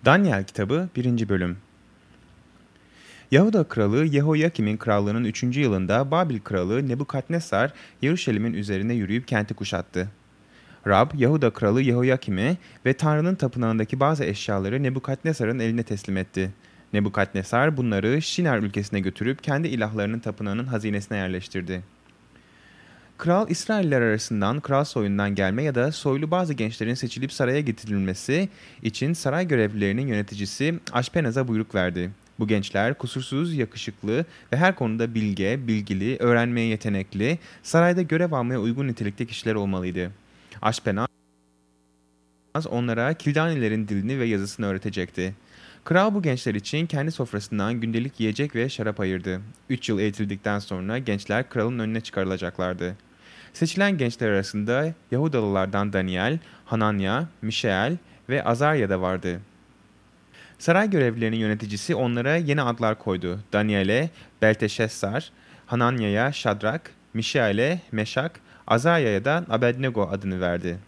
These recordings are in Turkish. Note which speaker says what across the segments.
Speaker 1: Daniel kitabı 1. bölüm. Yahuda kralı Yehoyakim'in krallığının 3. yılında Babil kralı Nebukadnesar Yeruşalim'in üzerine yürüyüp kenti kuşattı. Rab, Yahuda kralı Yehoyakim'e ve Tanrı'nın tapınağındaki bazı eşyaları Nebukadnesar'ın eline teslim etti. Nebukadnesar bunları Şinar ülkesine götürüp kendi ilahlarının tapınağının hazinesine yerleştirdi. Kral İsrailler arasından kral soyundan gelme ya da soylu bazı gençlerin seçilip saraya getirilmesi için saray görevlilerinin yöneticisi Aşpenaz'a buyruk verdi. Bu gençler kusursuz, yakışıklı ve her konuda bilgili, öğrenmeye yetenekli, sarayda görev almaya uygun nitelikte kişiler olmalıydı. Aşpenaz onlara Kildanilerin dilini ve yazısını öğretecekti. Kral bu gençler için kendi sofrasından gündelik yiyecek ve şarap ayırdı. 3 yıl eğitildikten sonra gençler kralın önüne çıkarılacaklardı. Seçilen gençler arasında Yahudalılardan Daniel, Hananya, Mişael ve Azarya da vardı. Saray görevlilerinin yöneticisi onlara yeni adlar koydu. Daniel'e Belteşessar, Hananya'ya Şadrak, Mişael'e Meşak, Azarya'ya da Abednego adını verdi.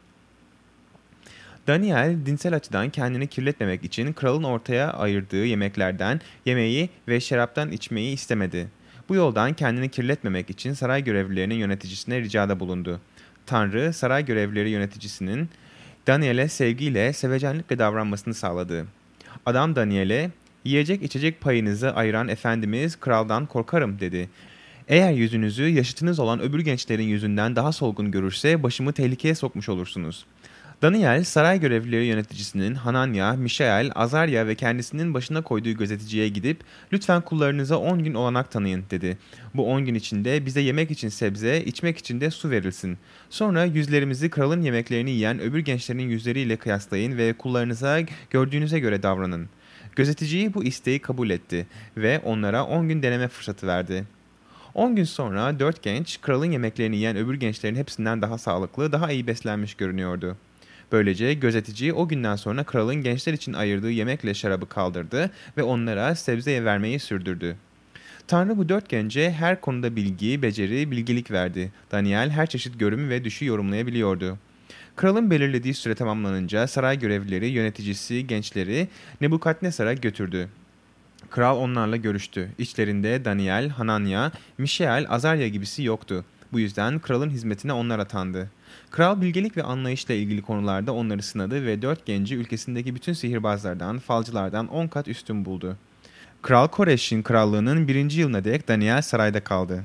Speaker 1: Daniel, dinsel açıdan kendini kirletmemek için kralın ortaya ayırdığı yemeklerden yemeği ve şaraptan içmeyi istemedi. Bu yoldan kendini kirletmemek için saray görevlilerinin yöneticisine ricada bulundu. Tanrı, saray görevlileri yöneticisinin Daniel'e sevgiyle, sevecenlikle davranmasını sağladı. Adam Daniel'e, "Yiyecek içecek payınızı ayıran Efendimiz kraldan korkarım," dedi. "Eğer yüzünüzü yaşıtınız olan öbür gençlerin yüzünden daha solgun görürse başımı tehlikeye sokmuş olursunuz." Daniel, saray görevlileri yöneticisinin Hananya, Mişael, Azarya ve kendisinin başına koyduğu gözeticiye gidip "Lütfen kullarınıza 10 gün olanak tanıyın," dedi. "Bu 10 gün içinde bize yemek için sebze, içmek için de su verilsin. Sonra yüzlerimizi kralın yemeklerini yiyen öbür gençlerin yüzleriyle kıyaslayın ve kullarınıza gördüğünüze göre davranın." Gözeticiyi bu isteği kabul etti ve onlara 10 gün deneme fırsatı verdi. 10 gün sonra 4 genç, kralın yemeklerini yiyen öbür gençlerin hepsinden daha sağlıklı, daha iyi beslenmiş görünüyordu. Böylece gözetici o günden sonra kralın gençler için ayırdığı yemekle şarabı kaldırdı ve onlara sebze vermeyi sürdürdü. Tanrı bu 4 gence her konuda bilgi, beceri, bilgelik verdi. Daniel her çeşit görümü ve düşü yorumlayabiliyordu. Kralın belirlediği süre tamamlanınca saray görevlileri, yöneticisi, gençleri Nebukadnesar'a götürdü. Kral onlarla görüştü. İçlerinde Daniel, Hananya, Mişael, Azarya gibisi yoktu. Bu yüzden kralın hizmetine onlar atandı. Kral bilgelik ve anlayışla ilgili konularda onları sınadı ve 4 genci ülkesindeki bütün sihirbazlardan, falcılardan 10 kat üstün buldu. Kral Koreş'in krallığının 1. yılına dek Daniel sarayda kaldı.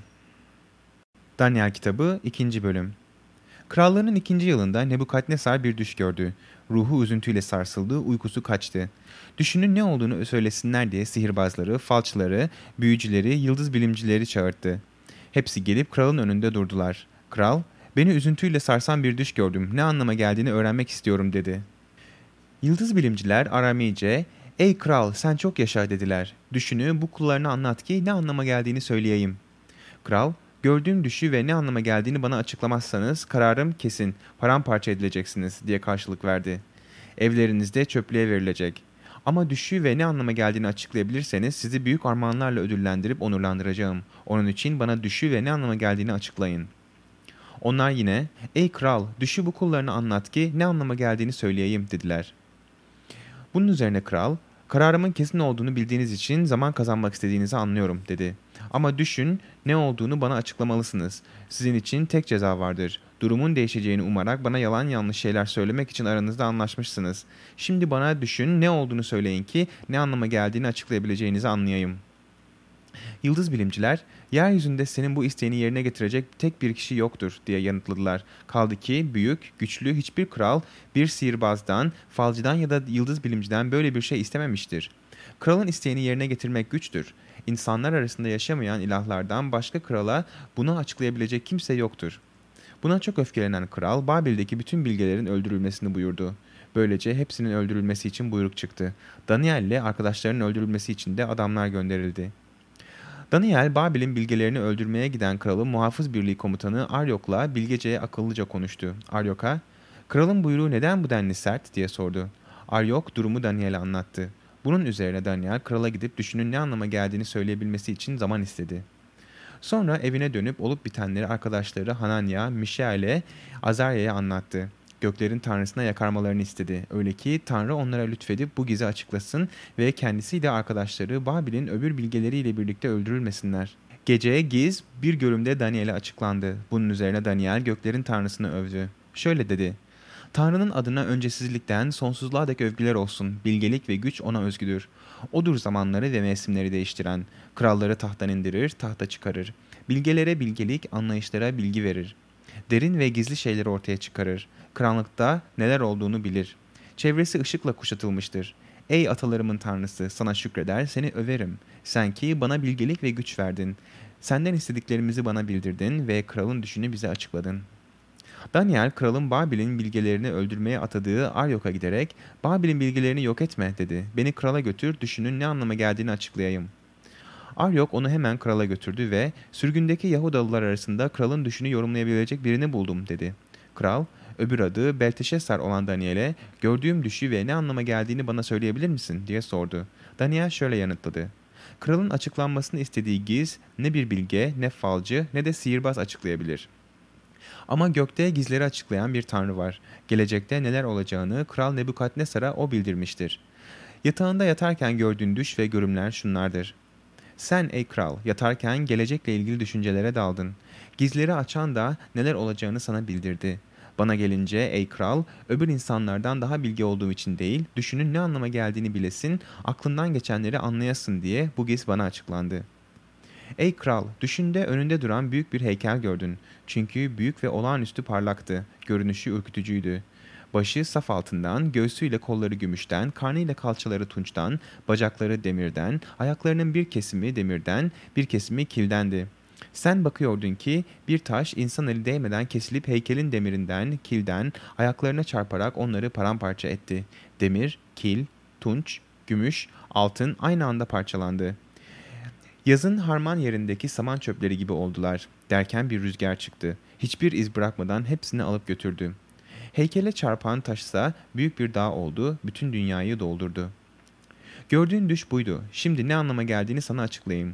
Speaker 1: Daniel kitabı 2. bölüm. Krallığının 2. yılında Nebukadnesar bir düş gördü. Ruhu üzüntüyle sarsıldı, uykusu kaçtı. Düşünün ne olduğunu söylesinler diye sihirbazları, falçıları, büyücüleri, yıldız bilimcileri çağırdı. Hepsi gelip kralın önünde durdular. Kral, "Beni üzüntüyle sarsan bir düş gördüm. Ne anlama geldiğini öğrenmek istiyorum," dedi. Yıldız bilimciler Aramice, "Ey kral, sen çok yaşa," dediler. "Düşünü bu kullarına anlat ki ne anlama geldiğini söyleyeyim." Kral, "Gördüğüm düşü ve ne anlama geldiğini bana açıklamazsanız kararım kesin, paramparça edileceksiniz," diye karşılık verdi. "Evlerinizde çöplüğe verilecek. Ama düşü ve ne anlama geldiğini açıklayabilirseniz sizi büyük armağanlarla ödüllendirip onurlandıracağım. Onun için bana düşü ve ne anlama geldiğini açıklayın." Onlar yine, "Ey kral, düşü bu kullarına anlat ki ne anlama geldiğini söyleyeyim," dediler. Bunun üzerine kral, "Kararımın kesin olduğunu bildiğiniz için zaman kazanmak istediğinizi anlıyorum," dedi. "Ama düşün, ne olduğunu bana açıklamalısınız. Sizin için tek ceza vardır. Durumun değişeceğini umarak bana yalan yanlış şeyler söylemek için aranızda anlaşmışsınız. Şimdi bana düşün, ne olduğunu söyleyin ki ne anlama geldiğini açıklayabileceğinizi anlayayım." Yıldız bilimciler, "Yeryüzünde senin bu isteğini yerine getirecek tek bir kişi yoktur," diye yanıtladılar. Kaldı ki büyük, güçlü hiçbir kral bir sihirbazdan, falcıdan ya da yıldız bilimciden böyle bir şey istememiştir. Kralın isteğini yerine getirmek güçtür. İnsanlar arasında yaşamayan ilahlardan başka krala bunu açıklayabilecek kimse yoktur. Buna çok öfkelenen kral, Babil'deki bütün bilgelerin öldürülmesini buyurdu. Böylece hepsinin öldürülmesi için buyruk çıktı. Daniel ile arkadaşlarının öldürülmesi için de adamlar gönderildi. Daniel, Babil'in bilgelerini öldürmeye giden kralın muhafız birliği komutanı Aryok'la bilgeceye akıllıca konuştu. Aryok'a, "Kralın buyruğu neden bu denli sert?" diye sordu. Aryok durumu Daniel'e anlattı. Bunun üzerine Daniel krala gidip düşünün ne anlama geldiğini söyleyebilmesi için zaman istedi. Sonra evine dönüp olup bitenleri arkadaşları Hananya, Mişael'e, Azarya'ya anlattı. göklerin tanrısına yakarmalarını istedi. Öyle ki Tanrı onlara lütfedip bu gizi açıklasın ve kendisiyle arkadaşları Babil'in öbür bilgeleriyle birlikte öldürülmesinler. Gece Giz bir görümde Daniel'e açıklandı. Bunun üzerine Daniel göklerin tanrısını övdü. Şöyle dedi: Tanrı'nın adına öncesizlikten sonsuzluğa dek övgüler olsun. Bilgelik ve güç ona özgüdür. Odur zamanları ve mevsimleri değiştiren. Kralları tahttan indirir, tahta çıkarır. Bilgelere bilgelik, anlayışlara bilgi verir. Derin ve gizli şeyleri ortaya çıkarır. Karanlıkta neler olduğunu bilir. Çevresi ışıkla kuşatılmıştır. Ey atalarımın tanrısı, sana şükreder, seni överim. Sen ki bana bilgelik ve güç verdin. Senden istediklerimizi bana bildirdin ve kralın düşünü bize açıkladın. Daniel, kralın Babil'in bilgelerini öldürmeye atadığı Aryok'a giderek, ''Babil'in bilgelerini yok etme.'' dedi. ''Beni krala götür, düşünün ne anlama geldiğini açıklayayım.'' Aryok onu hemen krala götürdü ve ''Sürgündeki Yahudalılar arasında kralın düşünü yorumlayabilecek birini buldum.'' dedi. Kral, öbür adı Belteşessar olan Daniel'e ''Gördüğüm düşü ve ne anlama geldiğini bana söyleyebilir misin?'' diye sordu. Daniel şöyle yanıtladı. Kralın açıklanmasını istediği giz ne bir bilge, ne falcı, ne de sihirbaz açıklayabilir. Ama gökte gizleri açıklayan bir tanrı var. Gelecekte neler olacağını Kral Nebukadnesar'a o bildirmiştir. Yatağında yatarken gördüğün düş ve görümler şunlardır. Sen ey kral yatarken gelecekle ilgili düşüncelere daldın. Gizleri açan da neler olacağını sana bildirdi. Bana gelince ey kral, öbür insanlardan daha bilgi olduğum için değil, düşünün ne anlama geldiğini bilesin, aklından geçenleri anlayasın diye bu giz bana açıklandı. Ey kral, düşünde önünde duran büyük bir heykel gördün. Çünkü büyük ve olağanüstü parlaktı, görünüşü ürkütücüydü. Başı saf altından, göğsüyle kolları gümüşten, karnıyla kalçaları tunçtan, bacakları demirden, ayaklarının bir kesimi demirden, bir kesimi kildendi. Sen bakıyordun ki bir taş insan eli değmeden kesilip heykelin demirinden, kilden, ayaklarına çarparak onları paramparça etti. Demir, kil, tunç, gümüş, altın aynı anda parçalandı. Yazın harman yerindeki saman çöpleri gibi oldular. Derken bir rüzgar çıktı. Hiçbir iz bırakmadan hepsini alıp götürdü. Heykele çarpan taşsa büyük bir dağ oldu, bütün dünyayı doldurdu. Gördüğün düş buydu. Şimdi ne anlama geldiğini sana açıklayayım.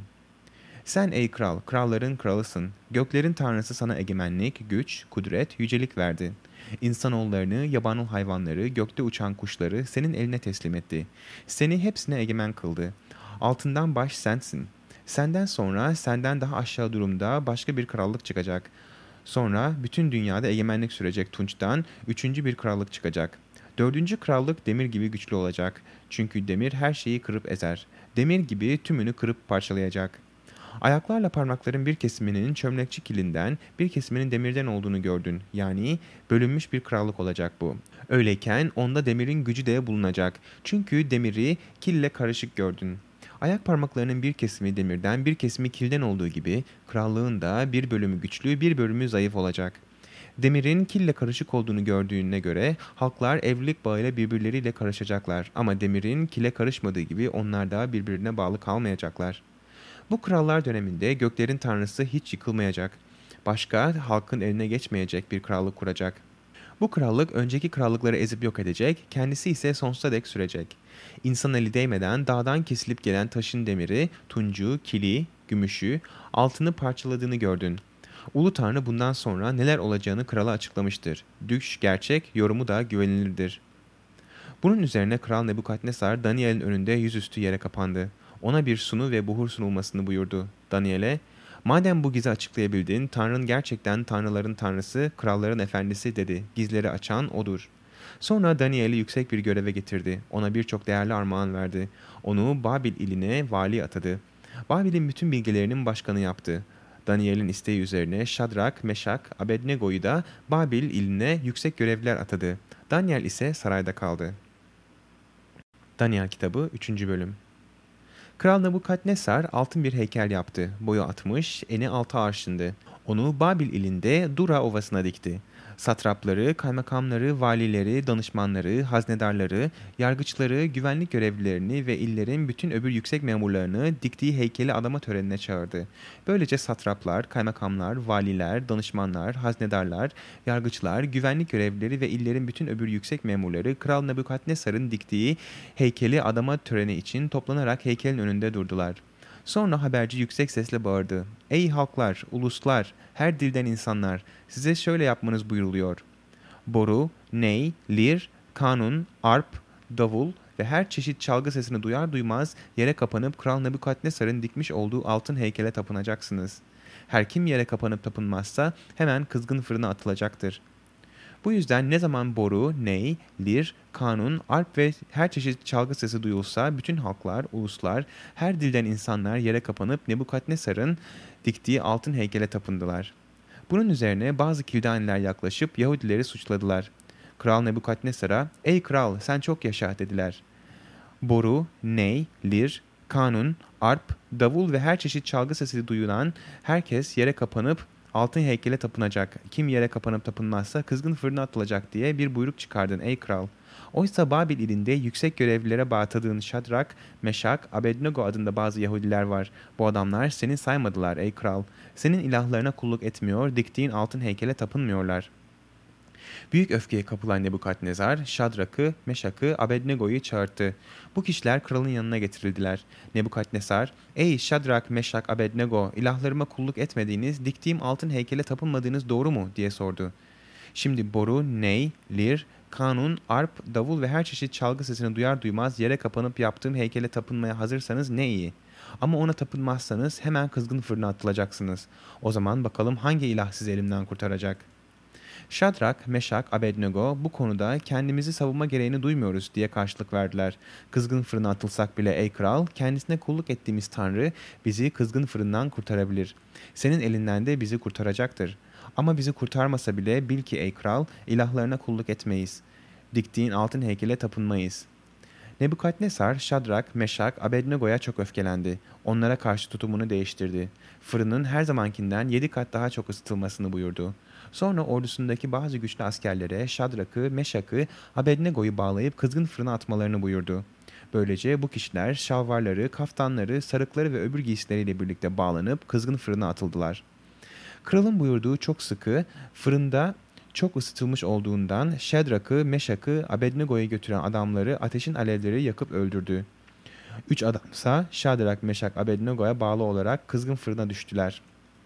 Speaker 1: Sen ey kral, kralların kralısın. Göklerin tanrısı sana egemenlik, güç, kudret, yücelik verdi. İnsanoğullarını, yabanıl hayvanları, gökte uçan kuşları senin eline teslim etti. Seni hepsine egemen kıldı. Altından baş sensin. Senden sonra senden daha aşağı durumda başka bir krallık çıkacak. Sonra bütün dünyada egemenlik sürecek Tunç'tan üçüncü bir krallık çıkacak. Dördüncü krallık demir gibi güçlü olacak. Çünkü demir her şeyi kırıp ezer. Demir gibi tümünü kırıp parçalayacak. Ayaklarla parmakların bir kesiminin çömlekçi kilinden, bir kesiminin demirden olduğunu gördün. Yani bölünmüş bir krallık olacak bu. Öyleyken onda demirin gücü de bulunacak. Çünkü demiri kille karışık gördün. Ayak parmaklarının bir kesimi demirden, bir kesimi kilden olduğu gibi krallığın da bir bölümü güçlü, bir bölümü zayıf olacak. Demirin kille karışık olduğunu gördüğüne göre halklar evlilik bağıyla birbirleriyle karışacaklar. Ama demirin kile karışmadığı gibi onlar da birbirine bağlı kalmayacaklar. Bu krallar döneminde göklerin tanrısı hiç yıkılmayacak. Başka halkın eline geçmeyecek bir krallık kuracak. Bu krallık önceki krallıkları ezip yok edecek, kendisi ise sonsuza dek sürecek. İnsan eli değmeden dağdan kesilip gelen taşın demiri, tuncu, kili, gümüşü, altını parçaladığını gördün. Ulu Tanrı bundan sonra neler olacağını krala açıklamıştır. Düş gerçek, yorumu da güvenilirdir. Bunun üzerine Kral Nebukadnesar Daniel'in önünde yüzüstü yere kapandı. Ona bir sunu ve buhur sunulmasını buyurdu. Daniel'e, ''Madem bu gizi açıklayabildin, Tanrın gerçekten tanrıların tanrısı, kralların efendisi.'' dedi. ''Gizleri açan odur.'' Sonra Daniel'i yüksek bir göreve getirdi. Ona birçok değerli armağan verdi. Onu Babil iline vali atadı. Babil'in bütün bilgelerinin başkanı yaptı. Daniel'in isteği üzerine Şadrak, Meşak, Abednego'yu da Babil iline yüksek görevler atadı. Daniel ise sarayda kaldı. Daniel kitabı 3. bölüm. Kral Nebukadnesar altın bir heykel yaptı. Boyu 60, eni 6 arşındı. Onu Babil ilinde Dura ovasına dikti. Satrapları, kaymakamları, valileri, danışmanları, haznedarları, yargıçları, güvenlik görevlilerini ve illerin bütün öbür yüksek memurlarını diktiği heykeli adama törenine çağırdı. Böylece satraplar, kaymakamlar, valiler, danışmanlar, haznedarlar, yargıçlar, güvenlik görevlileri ve illerin bütün öbür yüksek memurları Kral Nebukadnesar'ın diktiği heykeli adama töreni için toplanarak heykelin önünde durdular. Sonra haberci yüksek sesle bağırdı. ''Ey halklar, uluslar, her dilden insanlar, size şöyle yapmanız buyuruluyor. Boru, ney, lir, kanun, arp, davul ve her çeşit çalgı sesini duyar duymaz yere kapanıp Kral Nebukadnesar'ın dikmiş olduğu altın heykele tapınacaksınız. Her kim yere kapanıp tapınmazsa hemen kızgın fırına atılacaktır. Bu yüzden ne zaman boru, ney, lir, kanun, arp ve her çeşit çalgı sesi duyulsa bütün halklar, uluslar, her dilden insanlar yere kapanıp Nebukadnesar'ın diktiği altın heykele tapındılar. Bunun üzerine bazı Kildaniler yaklaşıp Yahudileri suçladılar. Kral Nebukadnesar'a, "Ey kral, sen çok yaşa," dediler. Boru, ney, lir, kanun, arp, davul ve her çeşit çalgı sesi duyulan herkes yere kapanıp altın heykele tapınacak. Kim yere kapanıp tapınmazsa kızgın fırına atılacak diye bir buyruk çıkardın ey kral. Oysa Babil ilinde yüksek görevlilere bağtadığın Şadrak, Meşak, Abednego adında bazı Yahudiler var. Bu adamlar seni saymadılar ey kral. Senin ilahlarına kulluk etmiyor, diktiğin altın heykele tapınmıyorlar. Büyük öfkeye kapılan Nebukadnezar, Şadrak'ı, Meşak'ı, Abednego'yu çağırdı. Bu kişiler kralın yanına getirildiler. Nebukadnesar, "Ey Şadrak, Meşak, Abednego, ilahlarıma kulluk etmediğiniz, diktiğim altın heykele tapınmadığınız doğru mu?" diye sordu. Şimdi boru, ney, lir, kanun, arp, davul ve her çeşit çalgı sesini duyar duymaz yere kapanıp yaptığım heykele tapınmaya hazırsanız ne iyi. Ama ona tapınmazsanız hemen kızgın fırına atılacaksınız. O zaman bakalım hangi ilah sizi elimden kurtaracak?" Şadrak, Meşak, Abednego bu konuda kendimizi savunma gereğini duymuyoruz diye karşılık verdiler. Kızgın fırına atılsak bile ey kral, kendisine kulluk ettiğimiz Tanrı bizi kızgın fırından kurtarabilir. Senin elinden de bizi kurtaracaktır. Ama bizi kurtarmasa bile bil ki ey kral, ilahlarına kulluk etmeyiz. Diktiğin altın heykele tapınmayız. Nebukadnesar, Şadrak, Meşak, Abednego'ya çok öfkelendi. Onlara karşı tutumunu değiştirdi. Fırının her zamankinden 7 kat daha çok ısıtılmasını buyurdu. Sonra ordusundaki bazı güçlü askerlere Şadrak'ı, Meşak'ı, Abednego'yu bağlayıp kızgın fırına atmalarını buyurdu. Böylece bu kişiler şalvarları, kaftanları, sarıkları ve öbür giysileriyle birlikte bağlanıp kızgın fırına atıldılar. Kralın buyurduğu çok sıkı, fırında çok ısıtılmış olduğundan Şadrak'ı, Meşak'ı, Abednego'yu götüren adamları ateşin alevleri yakıp öldürdü. 3 adamsa Şadrak, Meşak, Abednego'ya bağlı olarak kızgın fırına düştüler.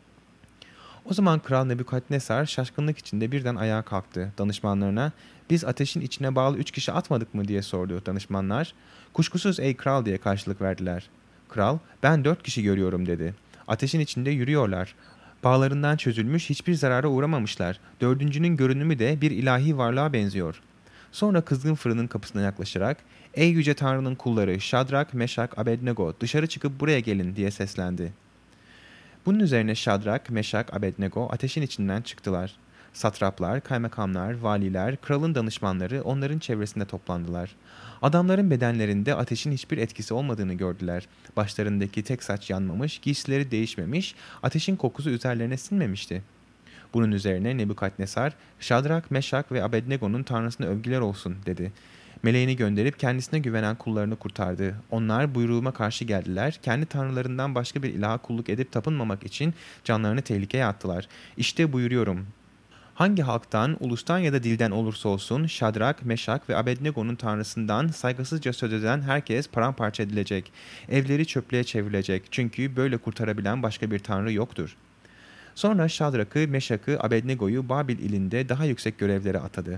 Speaker 1: O zaman Kral Nebukadnesar şaşkınlık içinde birden ayağa kalktı. Danışmanlarına, "Biz ateşin içine bağlı 3 kişi atmadık mı?" diye sordu. Danışmanlar, "Kuşkusuz ey kral," diye karşılık verdiler. Kral, "Ben 4 kişi görüyorum," dedi. "Ateşin içinde yürüyorlar. Bağlarından çözülmüş, hiçbir zarara uğramamışlar. Dördüncünün görünümü de bir ilahi varlığa benziyor." Sonra kızgın fırının kapısına yaklaşarak, "Ey yüce Tanrı'nın kulları Şadrak, Meşak, Abednego, dışarı çıkıp buraya gelin," diye seslendi. Bunun üzerine Şadrak, Meşak, Abednego ateşin içinden çıktılar. Satraplar, kaymakamlar, valiler, kralın danışmanları onların çevresinde toplandılar. Adamların bedenlerinde ateşin hiçbir etkisi olmadığını gördüler. Başlarındaki tek saç yanmamış, giysileri değişmemiş, ateşin kokusu üzerlerine sinmemişti. Bunun üzerine Nebukadnesar, "Şadrak, Meşak ve Abednego'nun tanrısına övgüler olsun," dedi. Meleğini gönderip kendisine güvenen kullarını kurtardı. Onlar buyruğuma karşı geldiler. Kendi tanrılarından başka bir ilaha kulluk edip tapınmamak için canlarını tehlikeye attılar. İşte buyuruyorum. Hangi halktan, ulustan ya da dilden olursa olsun Şadrak, Meşak ve Abednego'nun tanrısından saygısızca söz eden herkes paramparça edilecek. Evleri çöplüğe çevrilecek. Çünkü böyle kurtarabilen başka bir tanrı yoktur. Sonra Şadrak'ı, Meşak'ı, Abednego'yu Babil ilinde daha yüksek görevlere atadı.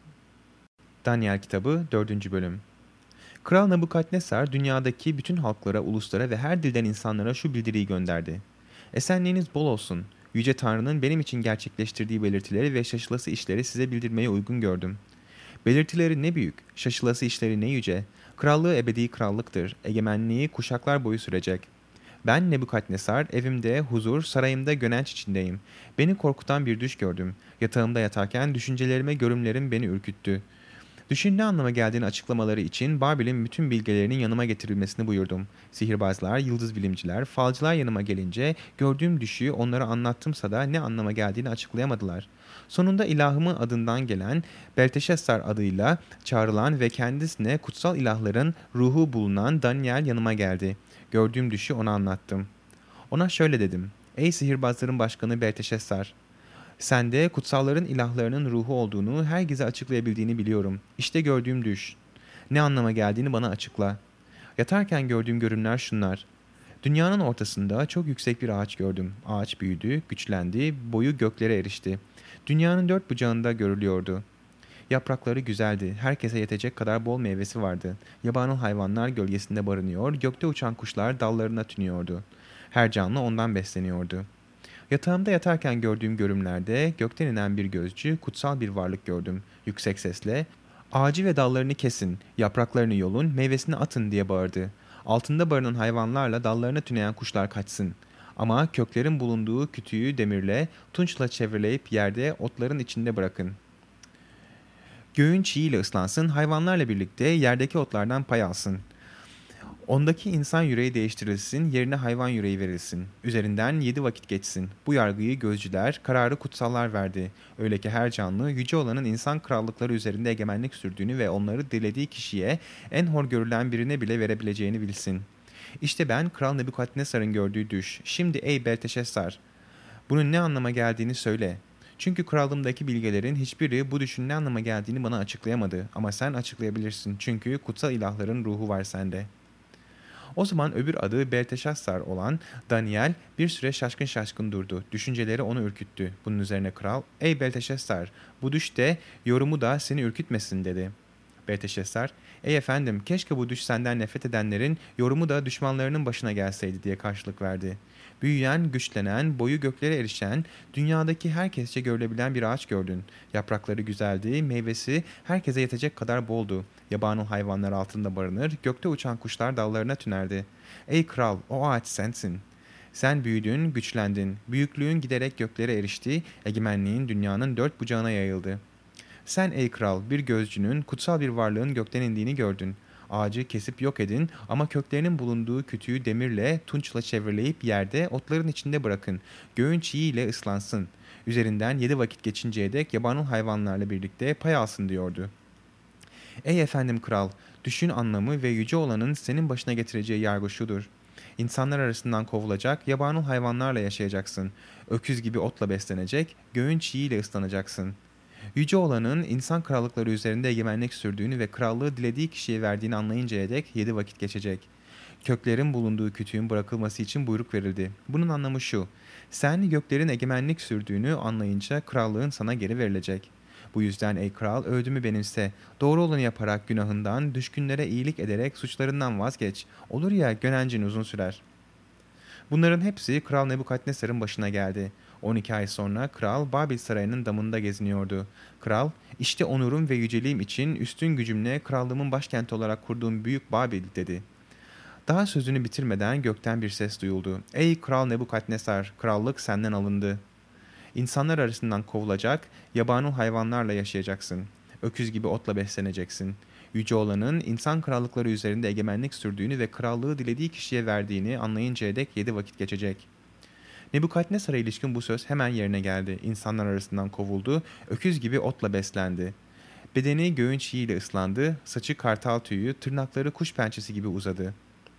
Speaker 1: Daniel kitabı 4. bölüm. Kral Nebukadnesar dünyadaki bütün halklara, uluslara ve her dilden insanlara şu bildiriyi gönderdi. Esenliğiniz bol olsun. Yüce Tanrı'nın benim için gerçekleştirdiği belirtileri ve şaşılası işleri size bildirmeye uygun gördüm. Belirtileri ne büyük, şaşılası işleri ne yüce. Krallığı ebedi krallıktır. Egemenliği kuşaklar boyu sürecek. Ben Nebukadnesar, evimde, huzur, sarayımda gönenç içindeyim. Beni korkutan bir düş gördüm. Yatağımda yatarken düşüncelerime görümlerim beni ürküttü. Düşün ne anlama geldiğini açıklamaları için Babil'in bütün bilgelerinin yanıma getirilmesini buyurdum. Sihirbazlar, yıldız bilimciler, falcılar yanıma gelince gördüğüm düşüyü onlara anlattımsa da ne anlama geldiğini açıklayamadılar. Sonunda ilahımın adından gelen Belteşazzar adıyla çağrılan ve kendisine kutsal ilahların ruhu bulunan Daniel yanıma geldi. Gördüğüm düşü ona anlattım. Ona şöyle dedim. Ey sihirbazların başkanı Belteşazzar! Sende kutsalların ilahlarının ruhu olduğunu, herkese açıklayabildiğini biliyorum. İşte gördüğüm düş. Ne anlama geldiğini bana açıkla. Yatarken gördüğüm görünümler şunlar. Dünyanın ortasında çok yüksek bir ağaç gördüm. Ağaç büyüdü, güçlendi, boyu göklere erişti. Dünyanın dört bucağında görülüyordu. Yaprakları güzeldi, herkese yetecek kadar bol meyvesi vardı. Yabani hayvanlar gölgesinde barınıyor, gökte uçan kuşlar dallarına tünüyordu. Her canlı ondan besleniyordu. Yatağımda yatarken gördüğüm görümlerde gökten inen bir gözcü, kutsal bir varlık gördüm. Yüksek sesle, "Ağacı ve dallarını kesin, yapraklarını yolun, meyvesini atın," diye bağırdı. "Altında barınan hayvanlarla dallarına tüneyen kuşlar kaçsın. Ama köklerin bulunduğu kütüğü demirle, tunçla çevreleyip yerde otların içinde bırakın. Göğün çiğiyle ıslansın, hayvanlarla birlikte yerdeki otlardan pay alsın. Ondaki insan yüreği değiştirilsin, yerine hayvan yüreği verilsin. Üzerinden 7 vakit geçsin. Bu yargıyı gözcüler, kararı kutsallar verdi. Öyle ki her canlı, yüce olanın insan krallıkları üzerinde egemenlik sürdüğünü ve onları dilediği kişiye, en hor görülen birine bile verebileceğini bilsin. İşte ben, Kral Nebukadnesar'ın gördüğü düş. Şimdi ey Belteşezzar, bunun ne anlama geldiğini söyle. Çünkü krallığımdaki bilgelerin hiçbiri bu düşün ne anlama geldiğini bana açıklayamadı. Ama sen açıklayabilirsin. Çünkü kutsal ilahların ruhu var sende." O zaman öbür adı Belteşazzar olan Daniel bir süre şaşkın şaşkın durdu. Düşünceleri onu ürküttü. Bunun üzerine kral, "Ey Belteşazzar, bu düş de yorumu da seni ürkütmesin," dedi. Belteşazzar, "Ey efendim, keşke bu düş senden nefret edenlerin yorumu da düşmanlarının başına gelseydi," diye karşılık verdi. "Büyüyen, güçlenen, boyu göklere erişen, dünyadaki herkesçe görülebilen bir ağaç gördün. Yaprakları güzeldi, meyvesi herkese yetecek kadar boldu. Yabani hayvanlar altında barınır, gökte uçan kuşlar dallarına tünerdi. Ey kral, o ağaç sensin. Sen büyüdün, güçlendin, büyüklüğün giderek göklere erişti, egemenliğin dünyanın dört bucağına yayıldı. Sen ey kral, bir gözcünün, kutsal bir varlığın gökten indiğini gördün. Ağacı kesip yok edin ama köklerinin bulunduğu kütüğü demirle, tunçla çevreleyip yerde, otların içinde bırakın. Göğün çiğiyle ıslansın. Üzerinden 7 vakit geçinceye dek yabani hayvanlarla birlikte pay alsın," diyordu. "Ey efendim kral, düşün anlamı ve yüce olanın senin başına getireceği yargı şudur. İnsanlar arasından kovulacak, yabani hayvanlarla yaşayacaksın. Öküz gibi otla beslenecek, göğün çiğiyle ıslanacaksın. Yüce olanın insan krallıkları üzerinde egemenlik sürdüğünü ve krallığı dilediği kişiye verdiğini anlayıncaya dek 7 vakit geçecek. Köklerin bulunduğu kütüğün bırakılması için buyruk verildi. Bunun anlamı şu: sen göklerin egemenlik sürdüğünü anlayınca krallığın sana geri verilecek. Bu yüzden ey kral, öğüdümü benimse. Doğru olanı yaparak günahından, düşkünlere iyilik ederek suçlarından vazgeç. Olur ya, gönencin uzun sürer." Bunların hepsi Kral Nebukadnesar'ın başına geldi. 12 ay sonra kral Babil sarayının damında geziniyordu. Kral, "İşte onurum ve yüceliğim için üstün gücümle krallığımın başkenti olarak kurduğum büyük Babil," dedi. Daha sözünü bitirmeden gökten bir ses duyuldu. "Ey Kral Nebukadnesar, krallık senden alındı. İnsanlar arasından kovulacak, yabani hayvanlarla yaşayacaksın. Öküz gibi otla besleneceksin. Yüce olanın insan krallıkları üzerinde egemenlik sürdüğünü ve krallığı dilediği kişiye verdiğini anlayıncaya dek 7 vakit geçecek." Nebukadnesar'a ilişkin bu söz hemen yerine geldi. İnsanlar arasından kovuldu, öküz gibi otla beslendi. Bedeni göğün çiğiyle ıslandı, saçı kartal tüyü, tırnakları kuş pençesi gibi uzadı.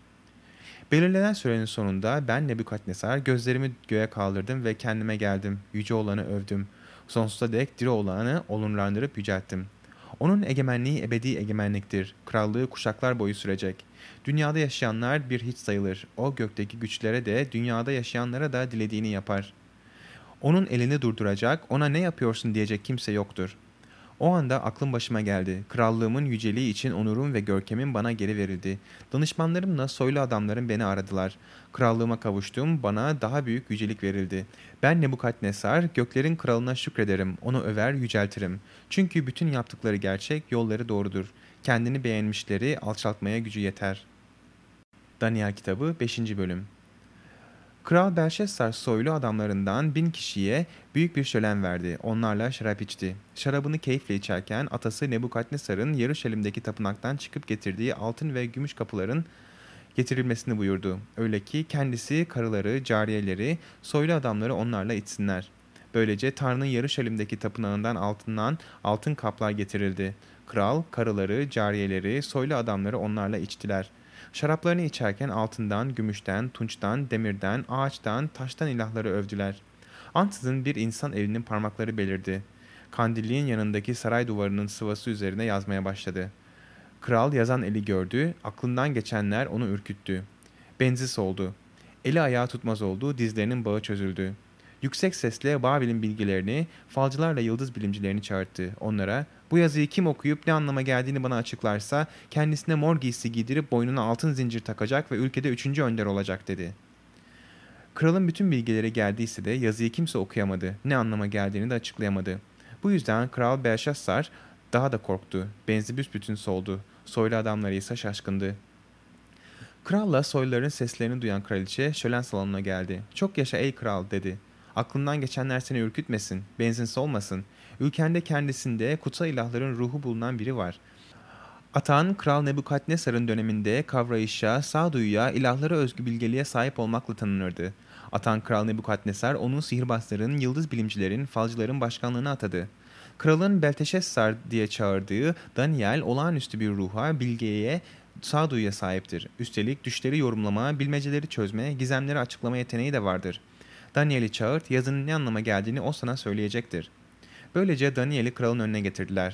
Speaker 1: Belirlenen sürenin sonunda ben Nebukadnesar gözlerimi göğe kaldırdım ve kendime geldim. Yüce olanı övdüm. Sonsuza dek diri olanı olumlandırıp yücelttim. Onun egemenliği ebedi egemenliktir. Krallığı kuşaklar boyu sürecek. Dünyada yaşayanlar bir hiç sayılır. O gökteki güçlere de dünyada yaşayanlara da dilediğini yapar. Onun elini durduracak, ona ne yapıyorsun diyecek kimse yoktur. O anda aklım başıma geldi. Krallığımın yüceliği için onurum ve görkemim bana geri verildi. Danışmanlarımla soylu adamlarım beni aradılar. Krallığıma kavuştum, bana daha büyük yücelik verildi. Ben Nebukadnesar, göklerin kralına şükrederim, onu över, yüceltirim. Çünkü bütün yaptıkları gerçek, yolları doğrudur. Kendini beğenmişleri alçaltmaya gücü yeter. Daniel kitabı 5. bölüm. Kral Belşezzar soylu adamlarından 1000 kişiye büyük bir şölen verdi. Onlarla şarap içti. Şarabını keyifle içerken atası Nebukadnesar'ın Yeruşalim'deki tapınaktan çıkıp getirdiği altın ve gümüş kapıların getirilmesini buyurdu. Öyle ki kendisi, karıları, cariyeleri, soylu adamları onlarla içsinler. Böylece Tanrı'nın Yeruşalim'deki tapınağından altın kaplar getirildi. Kral, karıları, cariyeleri, soylu adamları onlarla içtiler. Şaraplarını içerken altından, gümüşten, tunçtan, demirden, ağaçtan, taştan ilahları övdüler. Ansızın bir insan elinin parmakları belirdi. Kandilliğin yanındaki saray duvarının sıvası üzerine yazmaya başladı. Kral yazan eli gördü, aklından geçenler onu ürküttü. Benzi soldu. Eli ayağı tutmaz oldu, dizlerinin bağı çözüldü. Yüksek sesle Babil'in bilgilerini, falcılarla yıldız bilimcilerini çağırttı. Onlara, Bu yazıyı kim okuyup ne anlama geldiğini bana açıklarsa kendisine mor giysi giydirip boynuna altın zincir takacak ve ülkede 3. önder olacak dedi. Kralın bütün bilgileri geldiyse de yazıyı kimse okuyamadı. Ne anlama geldiğini de açıklayamadı. Bu yüzden Kral Belşassar daha da korktu. Benzi büsbütün soldu. Soylu adamları ise şaşkındı. Kralla soyluların seslerini duyan kraliçe şölen salonuna geldi. "Çok yaşa ey kral," dedi. "Aklından geçenler seni ürkütmesin, benzin solmasın. Ülkende kendisinde kutsal ilahların ruhu bulunan biri var. Atan Kral Nebukadnesar'ın döneminde kavrayışa, sağduyuya, ilahlara özgü bilgeliğe sahip olmakla tanınırdı. Atan Kral Nebukadnesar onun sihirbazların, yıldız bilimcilerin, falcıların başkanlığını atadı. Kralın Belteşessar diye çağırdığı Daniel olağanüstü bir ruha, bilgeye, sağduyuya sahiptir. Üstelik düşleri yorumlama, bilmeceleri çözme, gizemleri açıklama yeteneği de vardır. Daniel'i çağırt, yazının ne anlama geldiğini o sana söyleyecektir." Böylece Daniel'i kralın önüne getirdiler.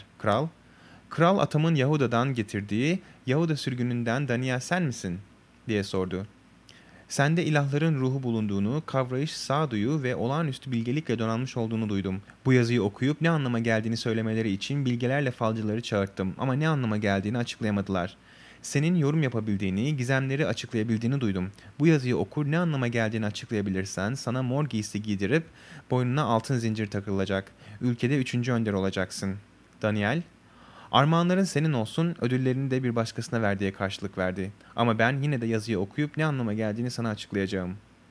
Speaker 1: Kral atamın Yahuda'dan getirdiği Yahuda sürgününden Daniel sen misin?" diye sordu. "Sende ilahların ruhu bulunduğunu, kavrayış, sağduyu ve olağanüstü bilgelikle donanmış olduğunu duydum. Bu yazıyı okuyup ne anlama geldiğini söylemeleri için bilgelerle falcıları çağırttım ama ne anlama geldiğini açıklayamadılar. Senin yorum yapabildiğini, gizemleri açıklayabildiğini duydum. Bu yazıyı okur ne anlama geldiğini açıklayabilirsen sana mor giysi giydirip boynuna altın zincir takılacak. Ülkede 3. önder olacaksın." Daniel, "Armağanların senin olsun, ödüllerini de bir başkasına ver," diye karşılık verdi. "Ama ben yine de yazıyı okuyup ne anlama geldiğini sana açıklayacağım."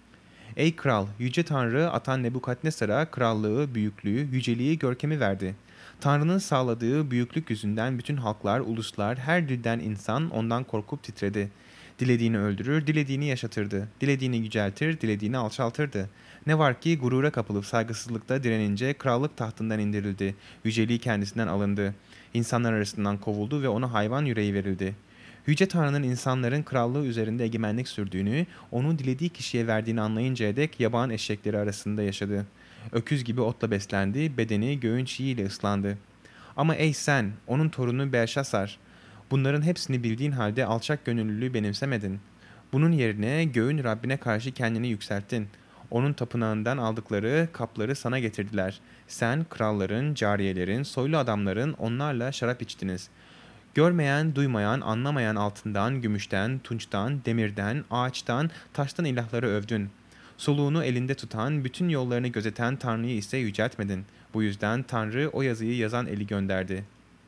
Speaker 1: "Ey kral, yüce Tanrı Atan Nebukadnesar'a krallığı, büyüklüğü, yüceliği, görkemi verdi. Tanrı'nın sağladığı büyüklük yüzünden bütün halklar, uluslar, her dilden insan ondan korkup titredi. Dilediğini öldürür, dilediğini yaşatırdı. Dilediğini yüceltir, dilediğini alçaltırdı. Ne var ki gurura kapılıp saygısızlıkta direnince krallık tahtından indirildi. Yüceliği kendisinden alındı. İnsanlar arasından kovuldu ve ona hayvan yüreği verildi. Yüce Tanrı'nın insanların krallığı üzerinde egemenlik sürdüğünü, onu dilediği kişiye verdiğini anlayıncaya dek yabağın eşekleri arasında yaşadı. Öküz gibi otla beslendi, bedeni göğün çiğiyle ıslandı. Ama ey sen, onun torunu Belşasar, bunların hepsini bildiğin halde alçak gönüllülüğü benimsemedin. Bunun yerine göğün Rabbine karşı kendini yükselttin. Onun tapınağından aldıkları kapları sana getirdiler. Sen, kralların, cariyelerin, soylu adamların onlarla şarap içtiniz. Görmeyen, duymayan, anlamayan altından, gümüşten, tunçtan, demirden, ağaçtan, taştan ilahları övdün. Soluğunu elinde tutan, bütün yollarını gözeten Tanrı'yı ise yüceltmedin. Bu yüzden Tanrı o yazıyı yazan eli gönderdi.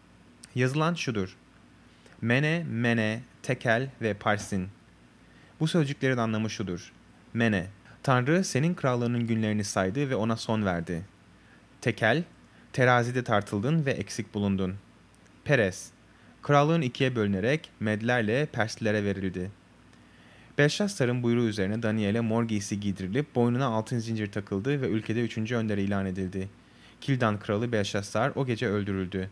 Speaker 1: Yazılan şudur: Mene, Mene, Tekel ve Parsin. Bu sözcüklerin anlamı şudur: Mene, Tanrı senin krallığının günlerini saydı ve ona son verdi. Tekel, terazide tartıldın ve eksik bulundun. Peres, krallığın ikiye bölünerek Medlerle Perslilere verildi. Belşassar'ın buyruğu üzerine Daniel'e mor giysi giydirilip boynuna altın zincir takıldı ve ülkede 3. önder ilan edildi. Kildan kralı Belşassar o gece öldürüldü.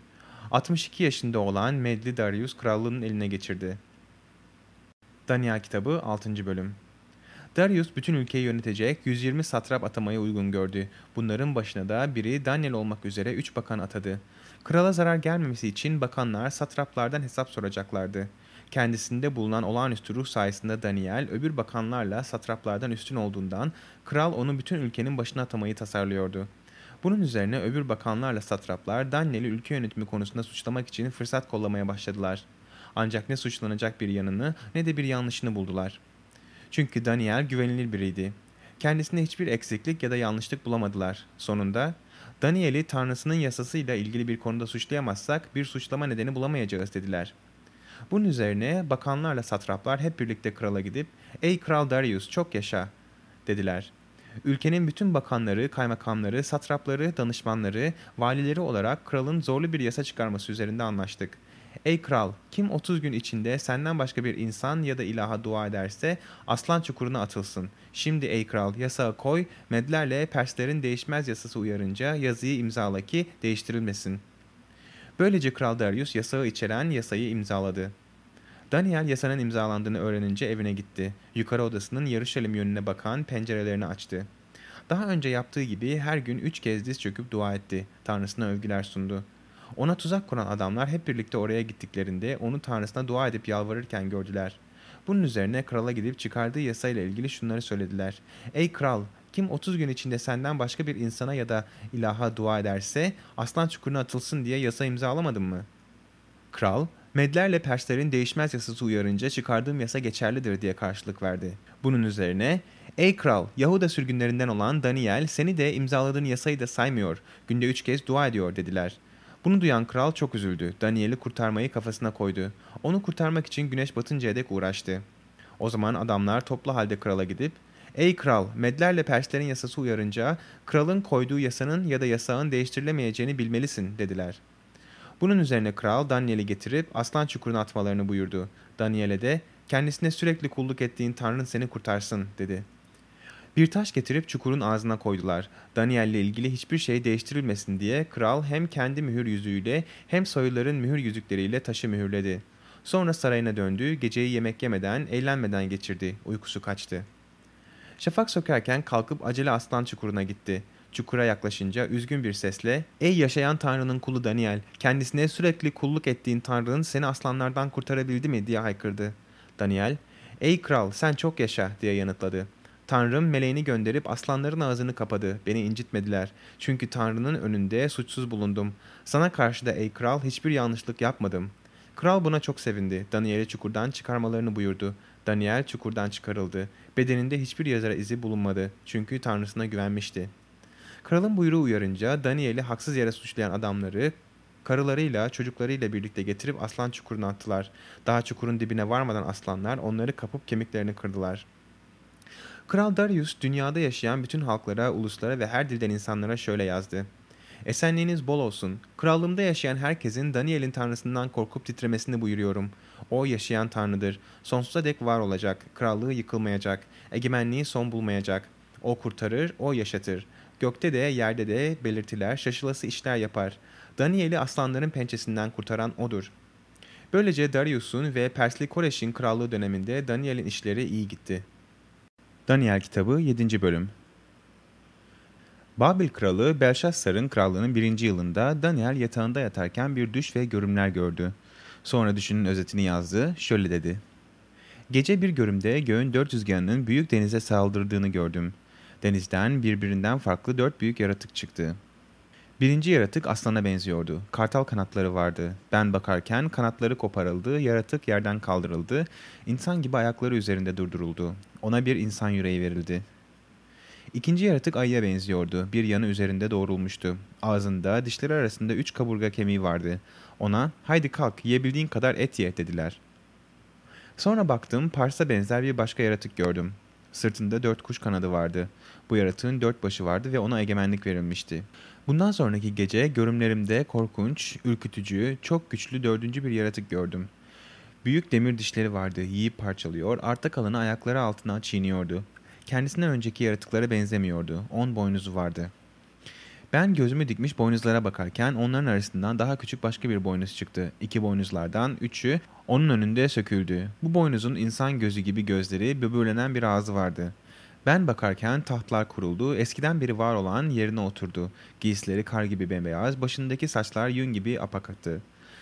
Speaker 1: 62 yaşında olan Medli Darius krallığının eline geçirdi. Daniel kitabı 6. bölüm. Darius bütün ülkeyi yönetecek 120 satrap atamayı uygun gördü. Bunların başına da biri Daniel olmak üzere 3 bakan atadı. Krala zarar gelmemesi için bakanlar satraplardan hesap soracaklardı. Kendisinde bulunan olağanüstü ruh sayesinde Daniel öbür bakanlarla satraplardan üstün olduğundan kral onu bütün ülkenin başına atamayı tasarlıyordu. Bunun üzerine öbür bakanlarla satraplar Daniel'i ülke yönetimi konusunda suçlamak için fırsat kollamaya başladılar. Ancak ne suçlanacak bir yanını ne de bir yanlışını buldular. Çünkü Daniel güvenilir biriydi. Kendisinde hiçbir eksiklik ya da yanlışlık bulamadılar. Sonunda, Daniel'i Tanrısının yasasıyla ilgili bir konuda suçlayamazsak bir suçlama nedeni bulamayacağız dediler. Bunun üzerine bakanlarla satraplar hep birlikte krala gidip "Ey Kral Darius çok yaşa," dediler. Ülkenin bütün bakanları, kaymakamları, satrapları, danışmanları, valileri olarak kralın zorlu bir yasa çıkarması üzerinde anlaştık. "Ey kral, kim 30 gün içinde senden başka bir insan ya da ilaha dua ederse aslan çukuruna atılsın. Şimdi ey kral yasağı koy, Medlerle Perslerin değişmez yasası uyarınca yazıyı imzala ki değiştirilmesin." Böylece Kral Darius yasağı içeren yasayı imzaladı. Daniel yasanın imzalandığını öğrenince evine gitti. Yukarı odasının Yarışalim yönüne bakan pencerelerini açtı. Daha önce yaptığı gibi her gün 3 kez diz çöküp dua etti. Tanrısına övgüler sundu. Ona tuzak kuran adamlar hep birlikte oraya gittiklerinde onu Tanrısına dua edip yalvarırken gördüler. Bunun üzerine krala gidip çıkardığı yasayla ilgili şunları söylediler. Ey kral, kim 30 gün içinde senden başka bir insana ya da ilaha dua ederse aslan çukuruna atılsın diye yasa imzalamadın mı? Kral, Medlerle Perslerin değişmez yasası uyarınca çıkardığım yasa geçerlidir diye karşılık verdi. Bunun üzerine, ey kral, Yahuda sürgünlerinden olan Daniel seni de imzaladığın yasayı da saymıyor, günde 3 kez dua ediyor dediler. Bunu duyan kral çok üzüldü. Daniel'i kurtarmayı kafasına koydu. Onu kurtarmak için güneş batıncaya dek uğraştı. O zaman adamlar toplu halde krala gidip, ''Ey kral, Medlerle Perslerin yasası uyarınca kralın koyduğu yasanın ya da yasağın değiştirilemeyeceğini bilmelisin.'' dediler. Bunun üzerine kral Daniel'i getirip aslan çukuruna atmalarını buyurdu. Daniel'e de kendisine sürekli kulluk ettiğin Tanrın seni kurtarsın dedi. Bir taş getirip çukurun ağzına koydular. Daniel'le ilgili hiçbir şey değiştirilmesin diye kral hem kendi mühür yüzüğüyle hem soyluların mühür yüzükleriyle taşı mühürledi. Sonra sarayına döndü, geceyi yemek yemeden, eğlenmeden geçirdi. Uykusu kaçtı. Şafak sökerken kalkıp acele aslan çukuruna gitti. Çukura yaklaşınca üzgün bir sesle ''Ey yaşayan Tanrı'nın kulu Daniel, kendisine sürekli kulluk ettiğin Tanrı'nın seni aslanlardan kurtarabildi mi?'' diye haykırdı. Daniel ''Ey kral sen çok yaşa'' diye yanıtladı. ''Tanrım meleğini gönderip aslanların ağzını kapadı. Beni incitmediler. Çünkü Tanrı'nın önünde suçsuz bulundum. Sana karşı da ey kral hiçbir yanlışlık yapmadım.'' Kral buna çok sevindi. Daniel'i çukurdan çıkarmalarını buyurdu. Daniel çukurdan çıkarıldı. Bedeninde hiçbir yara izi bulunmadı. Çünkü Tanrısına güvenmişti. Kralın buyruğu uyarınca Daniel'i haksız yere suçlayan adamları karılarıyla çocuklarıyla birlikte getirip aslan çukuruna attılar. Daha çukurun dibine varmadan aslanlar onları kapıp kemiklerini kırdılar. Kral Darius dünyada yaşayan bütün halklara, uluslara ve her dilden insanlara şöyle yazdı. Esenliğiniz bol olsun. Krallığımda yaşayan herkesin Daniel'in tanrısından korkup titremesini buyuruyorum. O yaşayan tanrıdır. Sonsuza dek var olacak. Krallığı yıkılmayacak. Egemenliği son bulmayacak. O kurtarır, o yaşatır. Gökte de yerde de belirtiler, şaşılası işler yapar. Daniel'i aslanların pençesinden kurtaran odur. Böylece Darius'un ve Persli Koreş'in krallığı döneminde Daniel'in işleri iyi gitti. Daniel kitabı 7. bölüm. Babil kralı Belşassar'ın krallığının 1. yılında Daniel yatağında yatarken bir düş ve görümler gördü. Sonra düşünün özetini yazdı, şöyle dedi. Gece bir görümde göğün 4 rüzgarının büyük denize saldırdığını gördüm. Denizden birbirinden farklı 4 büyük yaratık çıktı. Birinci yaratık aslana benziyordu. Kartal kanatları vardı. Ben bakarken kanatları koparıldı, yaratık yerden kaldırıldı, insan gibi ayakları üzerinde durduruldu. Ona bir insan yüreği verildi. İkinci yaratık ayıya benziyordu. Bir yanı üzerinde doğrulmuştu. Ağzında, dişleri arasında 3 kaburga kemiği vardı. Ona, haydi kalk, yiyebildiğin kadar et ye dediler. Sonra baktım, Pars'a benzer bir başka yaratık gördüm. Sırtında 4 kuş kanadı vardı. Bu yaratığın 4 başı vardı ve ona egemenlik verilmişti. Bundan sonraki gece görümlerimde korkunç, ürkütücü, çok güçlü 4. bir yaratık gördüm. Büyük demir dişleri vardı, yiyip parçalıyor, arta kalanı ayakları altına çiğniyordu. Kendisinden önceki yaratıklara benzemiyordu. 10 boynuzu vardı. Ben gözümü dikmiş boynuzlara bakarken onların arasından daha küçük başka bir boynuz çıktı. 2 boynuzlardan 3'ü onun önünde söküldü. Bu boynuzun insan gözü gibi gözleri, böbürlenen bir ağzı vardı. Ben bakarken tahtlar kuruldu, eskiden beri var olan yerine oturdu. Giysileri kar gibi bembeyaz, başındaki saçlar yün gibi apakattı.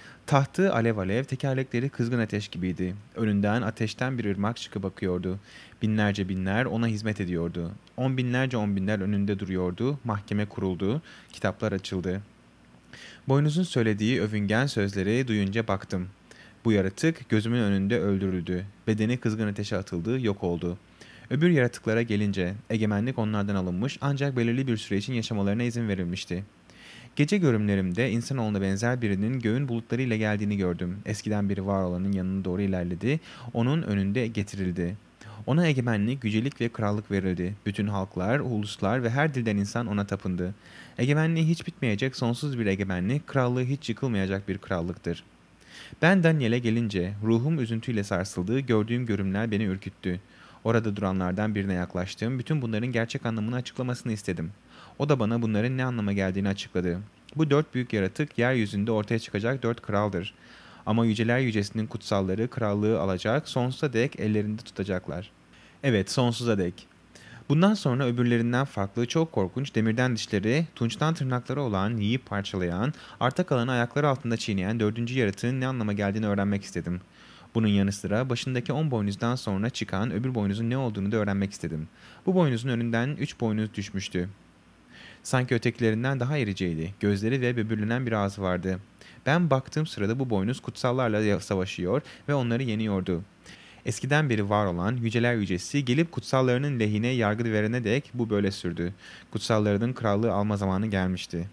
Speaker 1: Tahtı alev alev, tekerlekleri kızgın ateş gibiydi. Önünden ateşten bir ırmak çıkıp bakıyordu. Binlerce binler ona hizmet ediyordu. On binlerce on binler önünde duruyordu. Mahkeme kuruldu. Kitaplar açıldı. Boynuz'un söylediği övüngen sözleri duyunca baktım. Bu yaratık gözümün önünde öldürüldü. Bedeni kızgın ateşe atıldı, yok oldu. Öbür yaratıklara gelince egemenlik onlardan alınmış ancak belirli bir süre için yaşamalarına izin verilmişti. Gece görümlerimde insanoğluna benzer birinin göğün bulutlarıyla geldiğini gördüm. Eskiden biri var olanın yanına doğru ilerledi. Onun önünde getirildi. Ona egemenlik, yücelik ve krallık verildi. Bütün halklar, uluslar ve her dilden insan ona tapındı. Egemenliği hiç bitmeyecek sonsuz bir egemenlik, krallığı hiç yıkılmayacak bir krallıktır. Ben Daniel'e gelince ruhum üzüntüyle sarsıldı, gördüğüm görümler beni ürküttü. Orada duranlardan birine yaklaştım, bütün bunların gerçek anlamını açıklamasını istedim. O da bana bunların ne anlama geldiğini açıkladı. Bu 4 büyük yaratık yeryüzünde ortaya çıkacak 4 kraldır. Ama yüceler yücesinin kutsalları krallığı alacak, sonsuza dek ellerinde tutacaklar. Evet, sonsuza dek. Bundan sonra öbürlerinden farklı çok korkunç demirden dişleri, tunçtan tırnakları olan, yiyip parçalayan, arta kalanı ayakları altında çiğneyen 4. yaratığın ne anlama geldiğini öğrenmek istedim. Bunun yanı sıra başındaki 10 boynuzdan sonra çıkan öbür boynuzun ne olduğunu da öğrenmek istedim. Bu boynuzun önünden 3 boynuz düşmüştü. Sanki ötekilerinden daha iriceydi. Gözleri ve böbürlenen bir ağzı vardı. Ben baktığım sırada bu boynuz kutsallarla savaşıyor ve onları yeniyordu. Eskiden beri var olan yüceler yücesi gelip kutsallarının lehine yargı verene dek bu böyle sürdü. Kutsallarının krallığı alma zamanı gelmişti.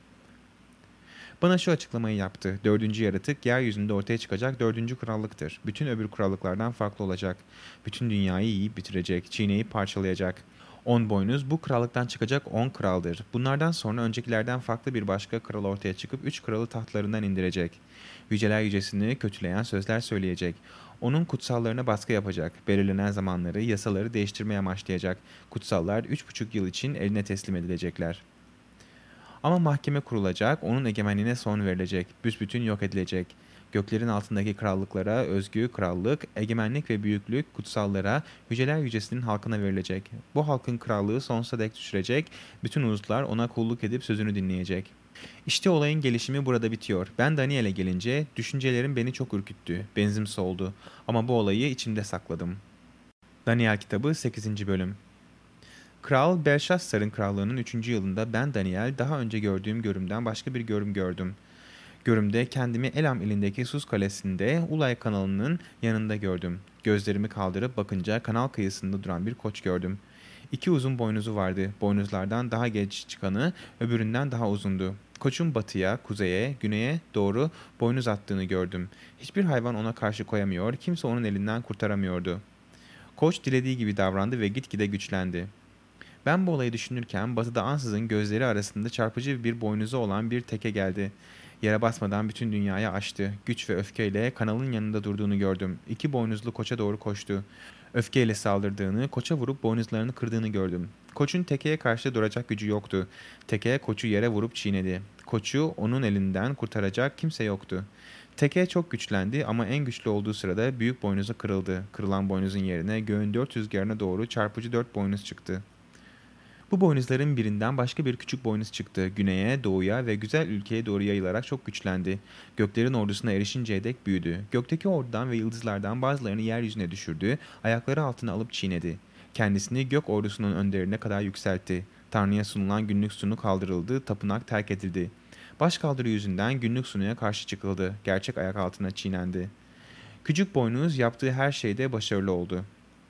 Speaker 1: Bana şu açıklamayı yaptı. Dördüncü yaratık yeryüzünde ortaya çıkacak dördüncü krallıktır. Bütün öbür krallıklardan farklı olacak. Bütün dünyayı yiyip bitirecek, çiğneyip parçalayacak. 10 boynuz bu krallıktan çıkacak 10 kraldır. Bunlardan sonra öncekilerden farklı bir başka kral ortaya çıkıp 3 kralı tahtlarından indirecek. Yüceler yücesini kötüleyen sözler söyleyecek. Onun kutsallarına baskı yapacak. Belirlenen zamanları, yasaları değiştirmeye amaçlayacak. Kutsallar 3,5 yıl için eline teslim edilecekler. Ama mahkeme kurulacak, onun egemenliğine son verilecek, büsbütün yok edilecek. Göklerin altındaki krallıklara, özgü krallık, egemenlik ve büyüklük kutsallara, yüceler yücesinin halkına verilecek. Bu halkın krallığı sonsuza dek sürecek, bütün uluslar ona kulluk edip sözünü dinleyecek. İşte olayın gelişimi burada bitiyor. Ben Daniel'e gelince düşüncelerim beni çok ürküttü, benzim soldu. Ama bu olayı içimde sakladım. Daniel kitabı 8. bölüm. Kral Belşazzar'ın krallığının 3. yılında ben Daniel daha önce gördüğüm görümden başka bir görüm gördüm. Görümde kendimi Elam ilindeki Sus Kalesi'nde Ulay kanalının yanında gördüm. Gözlerimi kaldırıp bakınca kanal kıyısında duran bir koç gördüm. 2 uzun boynuzu vardı. Boynuzlardan daha geç çıkanı öbüründen daha uzundu. Koçun batıya, kuzeye, güneye doğru boynuz attığını gördüm. Hiçbir hayvan ona karşı koyamıyor, kimse onun elinden kurtaramıyordu. Koç dilediği gibi davrandı ve gitgide güçlendi. Ben bu olayı düşünürken batıda ansızın gözleri arasında çarpıcı bir boynuzu olan bir teke geldi. Yere basmadan bütün dünyayı aştı. Güç ve öfkeyle kanalın yanında durduğunu gördüm. 2 boynuzlu koça doğru koştu. Öfkeyle saldırdığını, koça vurup boynuzlarını kırdığını gördüm. Koçun tekeye karşı duracak gücü yoktu. Teke koçu yere vurup çiğnedi. Koçu onun elinden kurtaracak kimse yoktu. Teke çok güçlendi ama en güçlü olduğu sırada büyük boynuzu kırıldı. Kırılan boynuzun yerine göğün 4 rüzgarına doğru çarpıcı 4 boynuz çıktı. Bu boynuzların birinden başka bir küçük boynuz çıktı. Güneye, doğuya ve güzel ülkeye doğru yayılarak çok güçlendi. Göklerin ordusuna erişinceye dek büyüdü. Gökteki ordudan ve yıldızlardan bazılarını yeryüzüne düşürdü, ayakları altına alıp çiğnedi. Kendisini gök ordusunun önderine kadar yükseltti. Tanrı'ya sunulan günlük sunu kaldırıldı, tapınak terk edildi. Başkaldırı yüzünden günlük sunuya karşı çıkıldı. Gerçek ayak altına çiğnendi. Küçük boynuz yaptığı her şeyde başarılı oldu.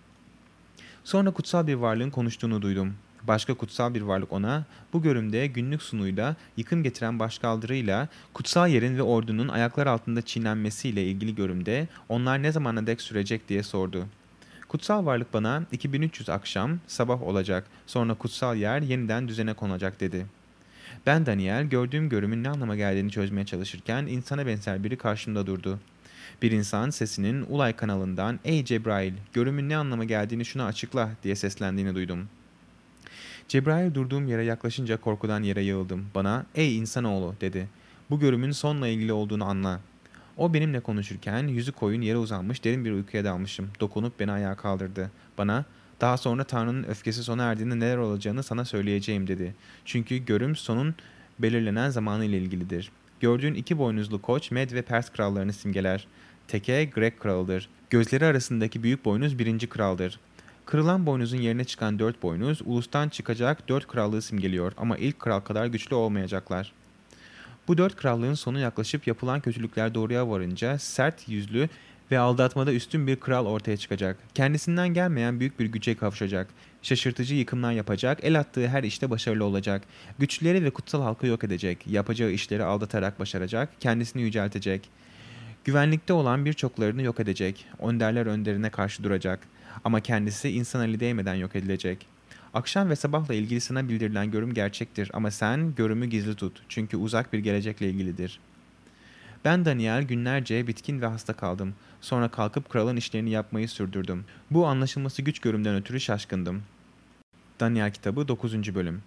Speaker 1: Sonra kutsal bir varlığın konuştuğunu duydum. Başka kutsal bir varlık ona, bu görümde günlük sunuyla, yıkım getiren başkaldırıyla, kutsal yerin ve ordunun ayaklar altında çiğnenmesiyle ilgili görümde onlar ne zamana dek sürecek diye sordu. Kutsal varlık bana 2300 akşam, sabah olacak, sonra kutsal yer yeniden düzene konacak dedi. Ben Daniel gördüğüm görümün ne anlama geldiğini çözmeye çalışırken insana benzer biri karşımda durdu. Bir insan sesinin Ulay kanalından "Ey Cebrail, görümün ne anlama geldiğini şuna açıkla" diye seslendiğini duydum. Cebrail durduğum yere yaklaşınca korkudan yere yığıldım. Bana "Ey insanoğlu" dedi. "Bu görümün sonla ilgili olduğunu anla." O benimle konuşurken yüzü koyun yere uzanmış derin bir uykuya dalmışım. Dokunup beni ayağa kaldırdı. Bana "Daha sonra Tanrı'nın öfkesi sona erdiğinde neler olacağını sana söyleyeceğim" dedi. Çünkü görüm sonun belirlenen zamanı ile ilgilidir. Gördüğün 2 boynuzlu koç Med ve Pers krallarını simgeler. Teke Grek kralıdır. Gözleri arasındaki büyük boynuz 1. kraldır. Kırılan boynuzun yerine çıkan 4 boynuz, ulustan çıkacak 4 krallığı simgeliyor ama ilk kral kadar güçlü olmayacaklar. Bu 4 krallığın sonu yaklaşıp yapılan kötülükler doğruya varınca sert yüzlü ve aldatmada üstün bir kral ortaya çıkacak. Kendisinden gelmeyen büyük bir güce kavuşacak. Şaşırtıcı yıkımlar yapacak, el attığı her işte başarılı olacak. Güçlüleri ve kutsal halkı yok edecek. Yapacağı işleri aldatarak başaracak, kendisini yüceltecek. Güvenlikte olan birçoklarını yok edecek. Önderler önderine karşı duracak. Ama kendisi insan eli değmeden yok edilecek. Akşam ve sabahla ilgili sana bildirilen görüm gerçektir ama sen görümü gizli tut. Çünkü uzak bir gelecekle ilgilidir. Ben Daniel günlerce bitkin ve hasta kaldım. Sonra kalkıp kralın işlerini yapmayı sürdürdüm. Bu anlaşılması güç görümden ötürü şaşkındım. Daniel kitabı 9. bölüm.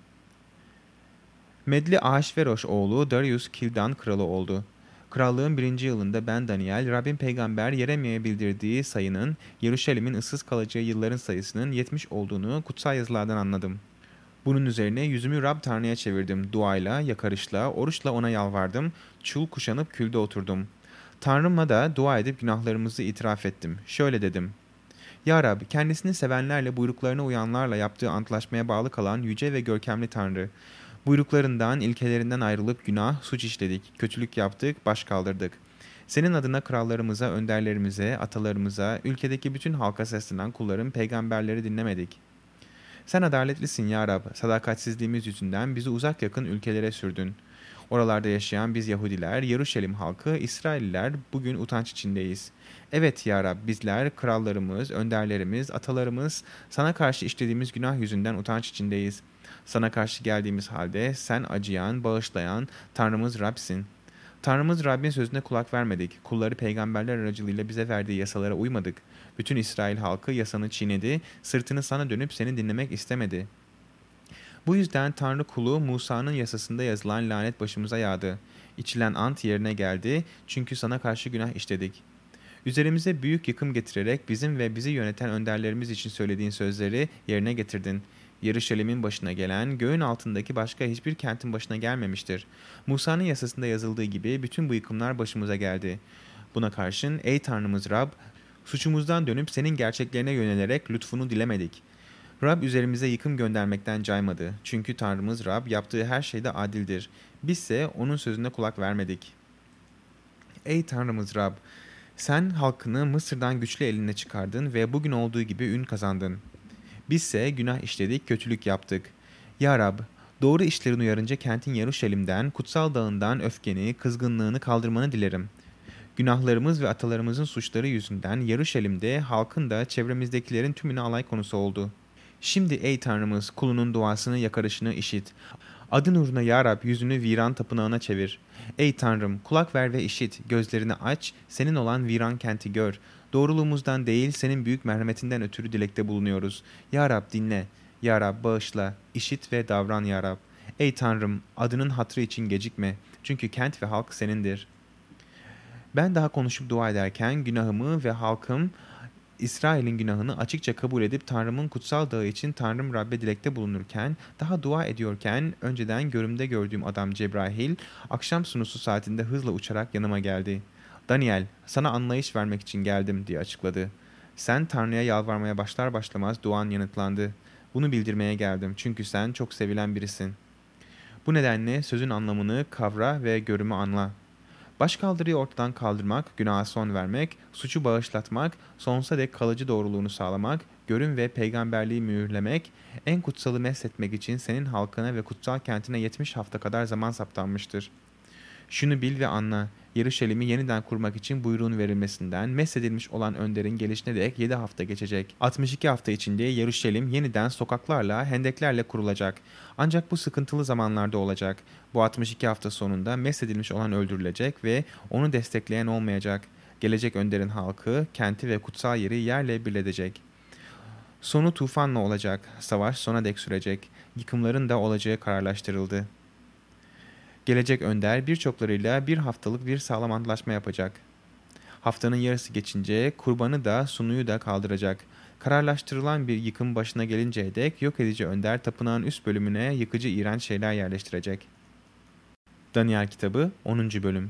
Speaker 1: Medli Ahasveroş oğlu Darius Kil'dan kralı oldu. Krallığın 1. yılında ben Daniel, Rabbin peygamber Yeremia'ya bildirdiği sayının Yeruşalim'in ıssız kalacağı yılların sayısının 70 olduğunu kutsal yazılardan anladım. Bunun üzerine yüzümü Rab Tanrı'ya çevirdim. Duayla, yakarışla, oruçla ona yalvardım. Çul kuşanıp külde oturdum. Tanrıma da dua edip günahlarımızı itiraf ettim. Şöyle dedim. Ya Rab, kendisini sevenlerle buyruklarına uyanlarla yaptığı antlaşmaya bağlı kalan yüce ve görkemli Tanrı. Buyruklarından, ilkelerinden ayrılıp günah, suç işledik, kötülük yaptık, baş kaldırdık. Senin adına krallarımıza, önderlerimize, atalarımıza, ülkedeki bütün halka seslenen kulların peygamberleri dinlemedik. Sen adaletlisin ya Rab, sadakatsizliğimiz yüzünden bizi uzak yakın ülkelere sürdün. Oralarda yaşayan biz Yahudiler, Yeruşalim halkı, İsrailliler bugün utanç içindeyiz. Evet ya Rab, bizler, krallarımız, önderlerimiz, atalarımız sana karşı işlediğimiz günah yüzünden utanç içindeyiz. Sana karşı geldiğimiz halde sen acıyan, bağışlayan Tanrımız Rab'sin. Tanrımız Rabbin sözüne kulak vermedik. Kulları peygamberler aracılığıyla bize verdiği yasalara uymadık. Bütün İsrail halkı yasanı çiğnedi, sırtını sana dönüp seni dinlemek istemedi. Bu yüzden Tanrı kulu Musa'nın yasasında yazılan lanet başımıza yağdı. İçilen ant yerine geldi çünkü sana karşı günah işledik. Üzerimize büyük yıkım getirerek bizim ve bizi yöneten önderlerimiz için söylediğin sözleri yerine getirdin. Yeruşalim'in başına gelen, göğün altındaki başka hiçbir kentin başına gelmemiştir. Musa'nın yasasında yazıldığı gibi bütün bu yıkımlar başımıza geldi. Buna karşın ey Tanrımız Rab, suçumuzdan dönüp senin gerçeklerine yönelerek lütfunu dilemedik. Rab üzerimize yıkım göndermekten caymadı. Çünkü Tanrımız Rab yaptığı her şeyde adildir. Bizse onun sözüne kulak vermedik. Ey Tanrımız Rab, sen halkını Mısır'dan güçlü eline çıkardın ve bugün olduğu gibi ün kazandın. Bizse günah işledik, kötülük yaptık. Ya Rab, doğru işlerin uyarınca kentin Yeruşalim'den, kutsal dağından öfkeni, kızgınlığını kaldırmanı dilerim. Günahlarımız ve atalarımızın suçları yüzünden Yeruşalim'de halkın da çevremizdekilerin tümüne alay konusu oldu. Şimdi ey Tanrımız kulunun duasını yakarışını işit. Adın uğruna ya Rab yüzünü viran tapınağına çevir. Ey Tanrım kulak ver ve işit. Gözlerini aç. Senin olan viran kenti gör. Doğruluğumuzdan değil senin büyük merhametinden ötürü dilekte bulunuyoruz. Ya Rab dinle. Ya Rab bağışla. İşit ve davran ya Rab. Ey Tanrım adının hatrı için gecikme. Çünkü kent ve halk senindir. Ben daha konuşup dua ederken günahımı ve halkım İsrail'in günahını açıkça kabul edip Tanrım'ın kutsal dağı için Tanrım Rab'be dilekte bulunurken, daha dua ediyorken önceden görümde gördüğüm adam Cebrail, akşam sunusu saatinde hızla uçarak yanıma geldi. Daniel, sana anlayış vermek için geldim diye açıkladı. Sen Tanrı'ya yalvarmaya başlar başlamaz duan yanıtlandı. Bunu bildirmeye geldim çünkü sen çok sevilen birisin. Bu nedenle sözün anlamını kavra ve görümü anla. Başkaldırıyı ortadan kaldırmak, günaha son vermek, suçu bağışlatmak, sonsuza dek kalıcı doğruluğunu sağlamak, görün ve peygamberliği mühürlemek, en kutsalı mesletmek için senin halkına ve kutsal kentine 70 hafta kadar zaman saptanmıştır. Şunu bil ve anla, Yeruşalim'i yeniden kurmak için buyruğun verilmesinden mesedilmiş olan önderin gelişine dek 7 hafta geçecek. 62 hafta içinde Yeruşalim yeniden sokaklarla, hendeklerle kurulacak. Ancak bu sıkıntılı zamanlarda olacak. Bu 62 hafta sonunda mesedilmiş olan öldürülecek ve onu destekleyen olmayacak. Gelecek önderin halkı, kenti ve kutsal yeri yerle birledecek. Sonu tufanla olacak. Savaş sona dek sürecek. Yıkımların da olacağı kararlaştırıldı. Gelecek önder birçoklarıyla bir haftalık bir sağlam antlaşma yapacak. Haftanın yarısı geçince kurbanı da sunuyu da kaldıracak. Kararlaştırılan bir yıkım başına gelinceye dek yok edici önder tapınağın üst bölümüne yıkıcı iğrenç şeyler yerleştirecek. Daniel kitabı 10. bölüm.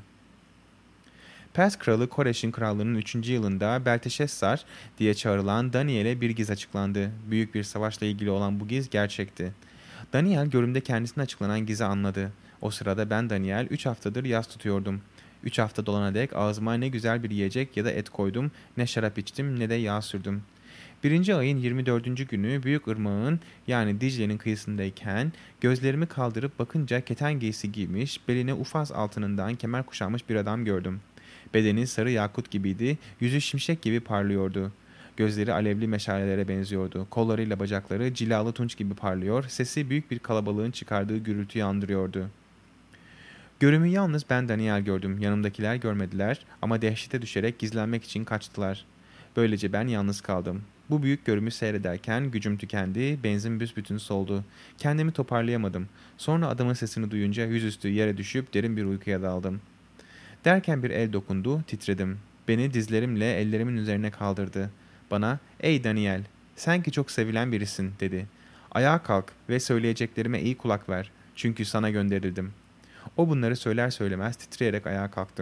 Speaker 1: Pers kralı Koreş'in krallığının 3. yılında Belteşessar diye çağrılan Daniel'e bir giz açıklandı. Büyük bir savaşla ilgili olan bu giz gerçekti. Daniel görümde kendisine açıklanan gizi anladı. O sırada ben Daniel 3 haftadır yas tutuyordum. 3 hafta dolana dek ağzıma ne güzel bir yiyecek ya da et koydum, ne şarap içtim ne de yağ sürdüm. 1. ayın 24. günü büyük ırmağın yani Dicle'nin kıyısındayken gözlerimi kaldırıp bakınca keten giysi giymiş, beline ufaz altınından kemer kuşanmış bir adam gördüm. Bedeni sarı yakut gibiydi, yüzü şimşek gibi parlıyordu. Gözleri alevli meşalelere benziyordu. Kollarıyla bacakları cilalı tunç gibi parlıyor, sesi büyük bir kalabalığın çıkardığı gürültüyü andırıyordu. Görümü yalnız ben Daniel gördüm. Yanımdakiler görmediler ama dehşete düşerek gizlenmek için kaçtılar. Böylece ben yalnız kaldım. Bu büyük görümü seyrederken gücüm tükendi, benzin büsbütün soldu. Kendimi toparlayamadım. Sonra adamın sesini duyunca yüzüstü yere düşüp derin bir uykuya daldım. Derken bir el dokundu, titredim. Beni dizlerimle ellerimin üzerine kaldırdı. Bana, ''Ey Daniel, sen ki çok sevilen birisin.'' dedi. ''Ayağa kalk ve söyleyeceklerime iyi kulak ver. Çünkü sana gönderildim.'' O bunları söyler söylemez titreyerek ayağa kalktım.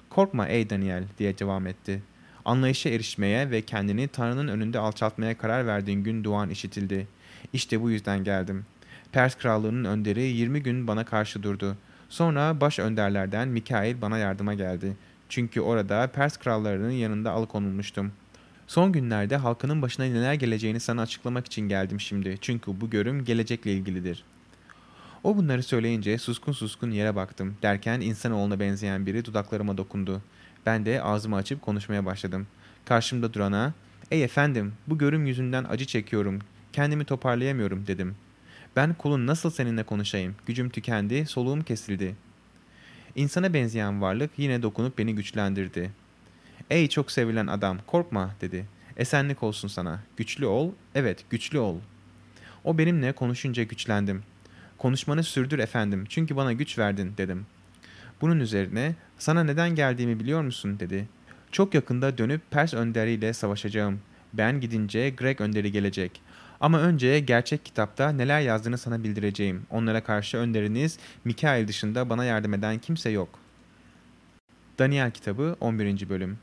Speaker 1: "Korkma ey Daniel," diye devam etti. "Anlayışa erişmeye ve kendini Tanrı'nın önünde alçaltmaya karar verdiğin gün duan işitildi. İşte bu yüzden geldim. Pers krallığının önderi 20 gün bana karşı durdu. Sonra baş önderlerden Mikail bana yardıma geldi. Çünkü orada Pers krallarının yanında alıkonulmuştum. Son günlerde halkının başına neler geleceğini sana açıklamak için geldim şimdi. Çünkü bu görüm gelecekle ilgilidir." O bunları söyleyince suskun suskun yere baktım. Derken insanoğluna benzeyen biri dudaklarıma dokundu. Ben de ağzımı açıp konuşmaya başladım. Karşımda durana, "Ey efendim, bu görüm yüzünden acı çekiyorum. Kendimi toparlayamıyorum," dedim. "Ben kulun nasıl seninle konuşayım? Gücüm tükendi, soluğum kesildi." İnsana benzeyen varlık yine dokunup beni güçlendirdi. "Ey çok sevilen adam, korkma," dedi. "Esenlik olsun sana. Güçlü ol, evet güçlü ol." O benimle konuşunca güçlendim. "Konuşmanı sürdür efendim, çünkü bana güç verdin," dedim. Bunun üzerine, "Sana neden geldiğimi biliyor musun?" dedi. "Çok yakında dönüp Pers önderiyle savaşacağım. Ben gidince Grek önderi gelecek. Ama önce gerçek kitapta neler yazdığını sana bildireceğim. Onlara karşı önderiniz Mikail dışında bana yardım eden kimse yok." Daniel kitabı 11. bölüm.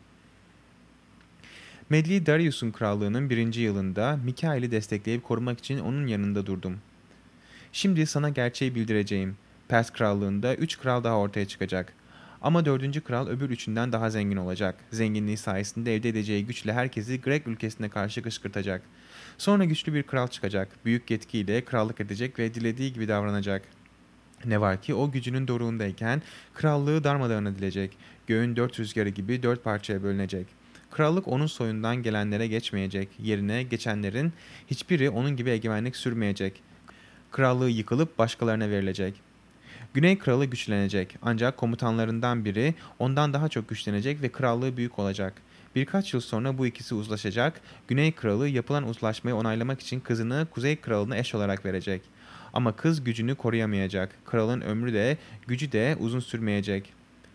Speaker 1: Medli Darius'un krallığının 1. yılında Mikail'i destekleyip korumak için onun yanında durdum. "Şimdi sana gerçeği bildireceğim. Pers krallığında 3 kral daha ortaya çıkacak. Ama 4. kral öbür üçünden daha zengin olacak. Zenginliği sayesinde elde edeceği güçle herkesi Grek ülkesine karşı kışkırtacak. Sonra güçlü bir kral çıkacak. Büyük yetkiyle krallık edecek ve dilediği gibi davranacak. Ne var ki o gücünün doruğundayken krallığı darmadağın edilecek. Göğün 4 rüzgarı gibi 4 parçaya bölünecek. Krallık onun soyundan gelenlere geçmeyecek. Yerine geçenlerin hiçbiri onun gibi egemenlik sürmeyecek. Krallığı yıkılıp başkalarına verilecek. Güney kralı güçlenecek, ancak komutanlarından biri ondan daha çok güçlenecek ve krallığı büyük olacak. Birkaç yıl sonra bu ikisi uzlaşacak. Güney kralı yapılan uzlaşmayı onaylamak için kızını Kuzey kralına eş olarak verecek. Ama kız gücünü koruyamayacak. Kralın ömrü de gücü de uzun sürmeyecek.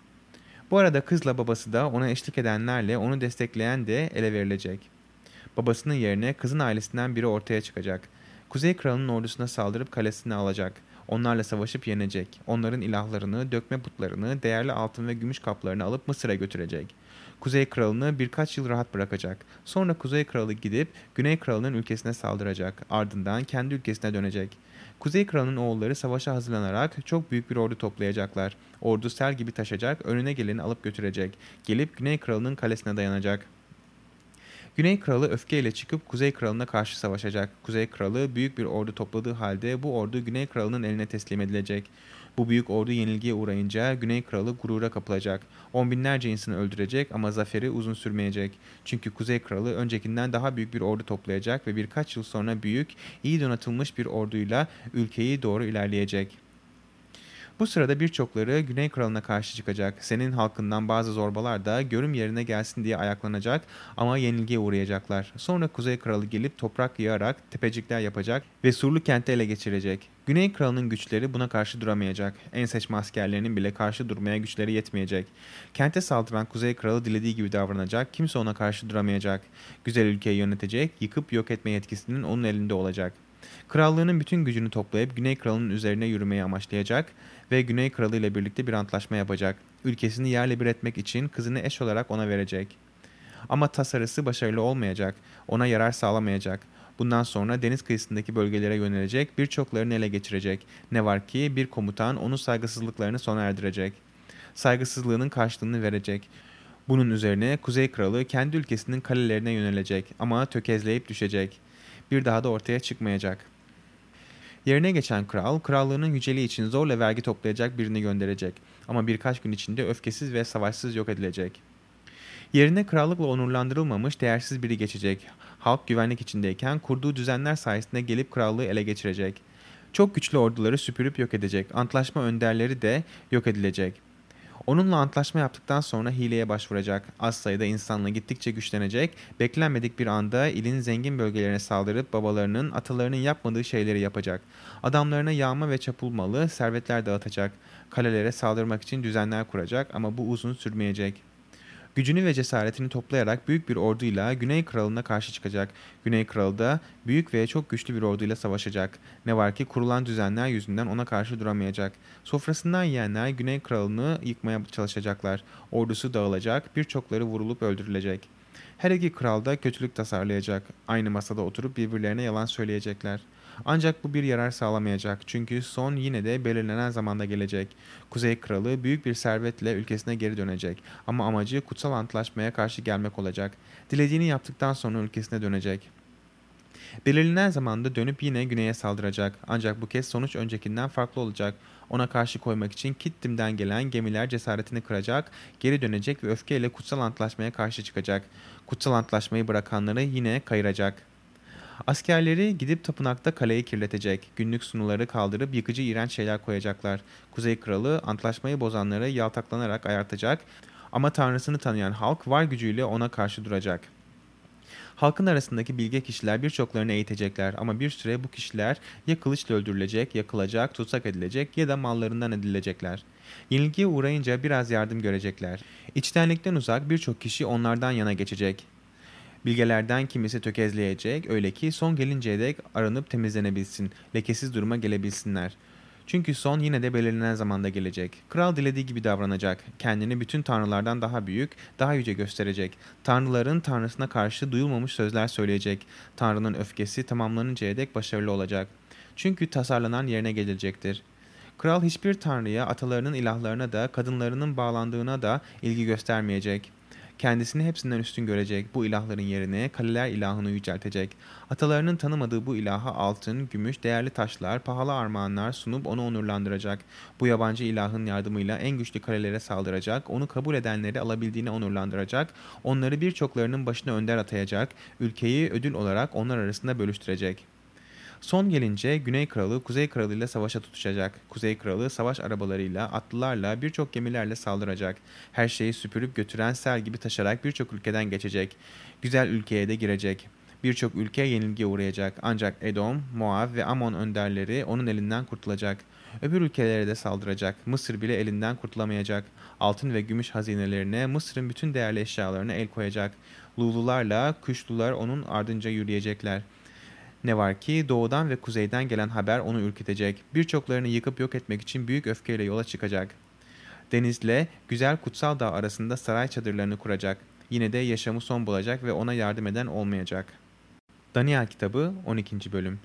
Speaker 1: Bu arada kızla babası da ona eşlik edenlerle onu destekleyen de ele verilecek. Babasının yerine kızın ailesinden biri ortaya çıkacak. Kuzey kralının ordusuna saldırıp kalesini alacak. Onlarla savaşıp yenecek. Onların ilahlarını, dökme putlarını, değerli altın ve gümüş kaplarını alıp Mısır'a götürecek. Kuzey kralını birkaç yıl rahat bırakacak. Sonra Kuzey kralı gidip Güney kralının ülkesine saldıracak. Ardından kendi ülkesine dönecek. Kuzey kralının oğulları savaşa hazırlanarak çok büyük bir ordu toplayacaklar. Ordu sel gibi taşacak, önüne geleni alıp götürecek. Gelip Güney kralının kalesine dayanacak. Güney kralı öfkeyle çıkıp Kuzey kralına karşı savaşacak. Kuzey kralı büyük bir ordu topladığı halde bu ordu Güney kralının eline teslim edilecek. Bu büyük ordu yenilgiye uğrayınca Güney kralı gurura kapılacak. On binlerce insanı öldürecek ama zaferi uzun sürmeyecek. Çünkü Kuzey kralı öncekinden daha büyük bir ordu toplayacak ve birkaç yıl sonra büyük, iyi donatılmış bir orduyla ülkeyi doğru ilerleyecek. Bu sırada birçokları Güney kralına karşı çıkacak. Senin halkından bazı zorbalar da görüm yerine gelsin diye ayaklanacak ama yenilgiye uğrayacaklar. Sonra Kuzey kralı gelip toprak yığarak tepecikler yapacak ve surlu kenti ele geçirecek. Güney kralının güçleri buna karşı duramayacak. En seçme askerlerinin bile karşı durmaya güçleri yetmeyecek. Kente saldıran Kuzey kralı dilediği gibi davranacak, kimse ona karşı duramayacak. Güzel ülkeyi yönetecek, yıkıp yok etme yetkisinin onun elinde olacak. Krallığının bütün gücünü toplayıp Güney kralının üzerine yürümeyi amaçlayacak ve Güney kralı ile birlikte bir antlaşma yapacak. Ülkesini yerle bir etmek için kızını eş olarak ona verecek. Ama tasarısı başarılı olmayacak, ona yarar sağlamayacak. Bundan sonra deniz kıyısındaki bölgelere yönelecek, birçoklarını ele geçirecek. Ne var ki bir komutan onun saygısızlıklarını sona erdirecek. Saygısızlığının karşılığını verecek. Bunun üzerine Kuzey kralı kendi ülkesinin kalelerine yönelecek ama tökezleyip düşecek. Bir daha da ortaya çıkmayacak. Yerine geçen kral, krallığının yüceliği için zorla vergi toplayacak birini gönderecek. Ama birkaç gün içinde öfkesiz ve savaşsız yok edilecek. Yerine krallıkla onurlandırılmamış değersiz biri geçecek. Halk güvenlik içindeyken kurduğu düzenler sayesinde gelip krallığı ele geçirecek. Çok güçlü orduları süpürüp yok edecek. Antlaşma önderleri de yok edilecek. Onunla antlaşma yaptıktan sonra hileye başvuracak. Az sayıda insanla gittikçe güçlenecek. Beklenmedik bir anda ilin zengin bölgelerine saldırıp babalarının, atalarının yapmadığı şeyleri yapacak. Adamlarına yağma ve çapulmalı servetler dağıtacak. Kalelere saldırmak için düzenler kuracak ama bu uzun sürmeyecek. Gücünü ve cesaretini toplayarak büyük bir orduyla Güney Kralı'na karşı çıkacak. Güney Kralı da büyük ve çok güçlü bir orduyla savaşacak. Ne var ki kurulan düzenler yüzünden ona karşı duramayacak. Sofrasından yiyenler Güney Kralı'nı yıkmaya çalışacaklar. Ordusu dağılacak, birçokları vurulup öldürülecek. Her iki kral da kötülük tasarlayacak. Aynı masada oturup birbirlerine yalan söyleyecekler. Ancak bu bir yarar sağlamayacak çünkü son yine de belirlenen zamanda gelecek. Kuzey Kralı büyük bir servetle ülkesine geri dönecek ama amacı kutsal antlaşmaya karşı gelmek olacak. Dilediğini yaptıktan sonra ülkesine dönecek. Belirlenen zamanda dönüp yine güneye saldıracak. Ancak bu kez sonuç öncekinden farklı olacak. Ona karşı koymak için Kittim'den gelen gemiler cesaretini kıracak, geri dönecek ve öfkeyle kutsal antlaşmaya karşı çıkacak. Kutsal antlaşmayı bırakanları yine kayıracak. Askerleri gidip tapınakta kaleyi kirletecek. Günlük sunuları kaldırıp yıkıcı iğrenç şeyler koyacaklar. Kuzey Kralı antlaşmayı bozanları yaltaklanarak ayartacak ama tanrısını tanıyan halk var gücüyle ona karşı duracak. Halkın arasındaki bilge kişiler birçoklarını eğitecekler ama bir süre bu kişiler ya kılıçla öldürülecek, yakılacak, tutsak edilecek ya da mallarından edilecekler. Yenilgiye uğrayınca biraz yardım görecekler. İçtenlikten uzak birçok kişi onlardan yana geçecek. Bilgelerden kimisi tökezleyecek, öyle ki son gelinceye dek aranıp temizlenebilsin, lekesiz duruma gelebilsinler. Çünkü son yine de belirlenen zamanda gelecek. Kral dilediği gibi davranacak. Kendini bütün tanrılardan daha büyük, daha yüce gösterecek. Tanrıların tanrısına karşı duyulmamış sözler söyleyecek. Tanrının öfkesi tamamlanıncaya dek başarılı olacak. Çünkü tasarlanan yerine gelecektir. Kral hiçbir tanrıya, atalarının ilahlarına da, kadınlarının bağlandığına da ilgi göstermeyecek. Kendisini hepsinden üstün görecek. Bu ilahların yerine kaleler ilahını yüceltecek. Atalarının tanımadığı bu ilaha altın, gümüş, değerli taşlar, pahalı armağanlar sunup onu onurlandıracak. Bu yabancı ilahın yardımıyla en güçlü kalelere saldıracak, onu kabul edenleri alabildiğine onurlandıracak, onları birçoklarının başına önder atayacak, ülkeyi ödül olarak onlar arasında bölüştürecek. Son gelince Güney Kralı Kuzey Kralı ile savaşa tutuşacak. Kuzey Kralı savaş arabalarıyla, atlılarla, birçok gemilerle saldıracak. Her şeyi süpürüp götüren sel gibi taşarak birçok ülkeden geçecek. Güzel ülkeye de girecek. Birçok ülke yenilgiye uğrayacak. Ancak Edom, Moab ve Amon önderleri onun elinden kurtulacak. Öbür ülkelere de saldıracak. Mısır bile elinden kurtulamayacak. Altın ve gümüş hazinelerine, Mısır'ın bütün değerli eşyalarına el koyacak. Lulularla Kuşlular onun ardınca yürüyecekler. Ne var ki doğudan ve kuzeyden gelen haber onu ürkütecek. Birçoklarını yıkıp yok etmek için büyük öfkeyle yola çıkacak. Denizle güzel kutsal dağ arasında saray çadırlarını kuracak. Yine de yaşamı son bulacak ve ona yardım eden olmayacak. Daniel kitabı 12. bölüm.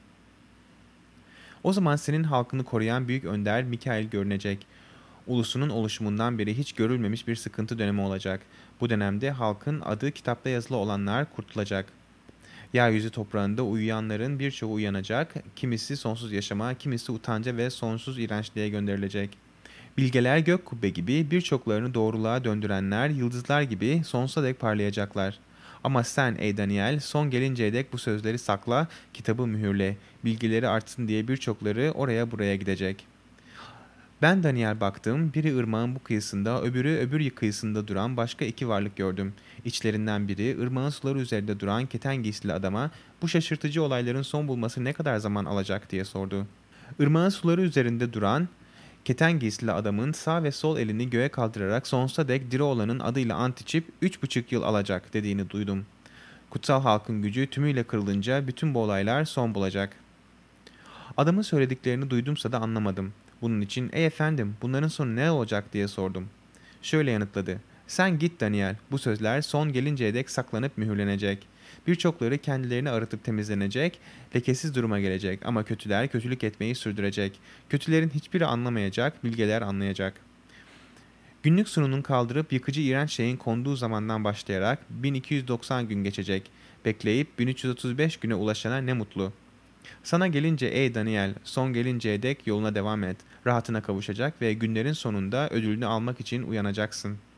Speaker 1: O zaman senin halkını koruyan büyük önder Mikail görünecek. Ulusunun oluşumundan beri hiç görülmemiş bir sıkıntı dönemi olacak. Bu dönemde halkın adı kitapta yazılı olanlar kurtulacak. Yeryüzü toprağında uyuyanların birçoğu uyanacak, kimisi sonsuz yaşama, kimisi utanca ve sonsuz iğrençliğe gönderilecek. Bilgeler gök kubbe gibi, birçoklarını doğruluğa döndürenler yıldızlar gibi sonsuza dek parlayacaklar. Ama sen ey Daniel son gelinceye dek bu sözleri sakla, kitabı mühürle, bilgileri artsın diye birçokları oraya buraya gidecek. Ben Daniel baktım, biri ırmağın bu kıyısında, öbürü öbür kıyısında duran başka iki varlık gördüm. İçlerinden biri ırmağın suları üzerinde duran keten giysili adama bu şaşırtıcı olayların son bulması ne kadar zaman alacak diye sordu. Irmağın suları üzerinde duran keten giysili adamın sağ ve sol elini göğe kaldırarak sonsuza dek diri olanın adıyla ant içip 3,5 yıl alacak dediğini duydum. Kutsal halkın gücü tümüyle kırılınca bütün bu olaylar son bulacak. Adamın söylediklerini duydumsa da anlamadım. Bunun için ey efendim bunların sonu ne olacak diye sordum. Şöyle yanıtladı. Sen git Daniel, bu sözler son gelinceye dek saklanıp mühürlenecek. Birçokları kendilerini arıtıp temizlenecek, lekesiz duruma gelecek ama kötüler kötülük etmeyi sürdürecek. Kötülerin hiçbiri anlamayacak, bilgeler anlayacak. Günlük sununun kaldırıp yıkıcı iğrenç şeyin konduğu zamandan başlayarak 1290 gün geçecek. Bekleyip 1335 güne ulaşana ne mutlu. Sana gelince ey Daniel, son gelinceye dek yoluna devam et. Rahatına kavuşacak ve günlerin sonunda ödülünü almak için uyanacaksın.''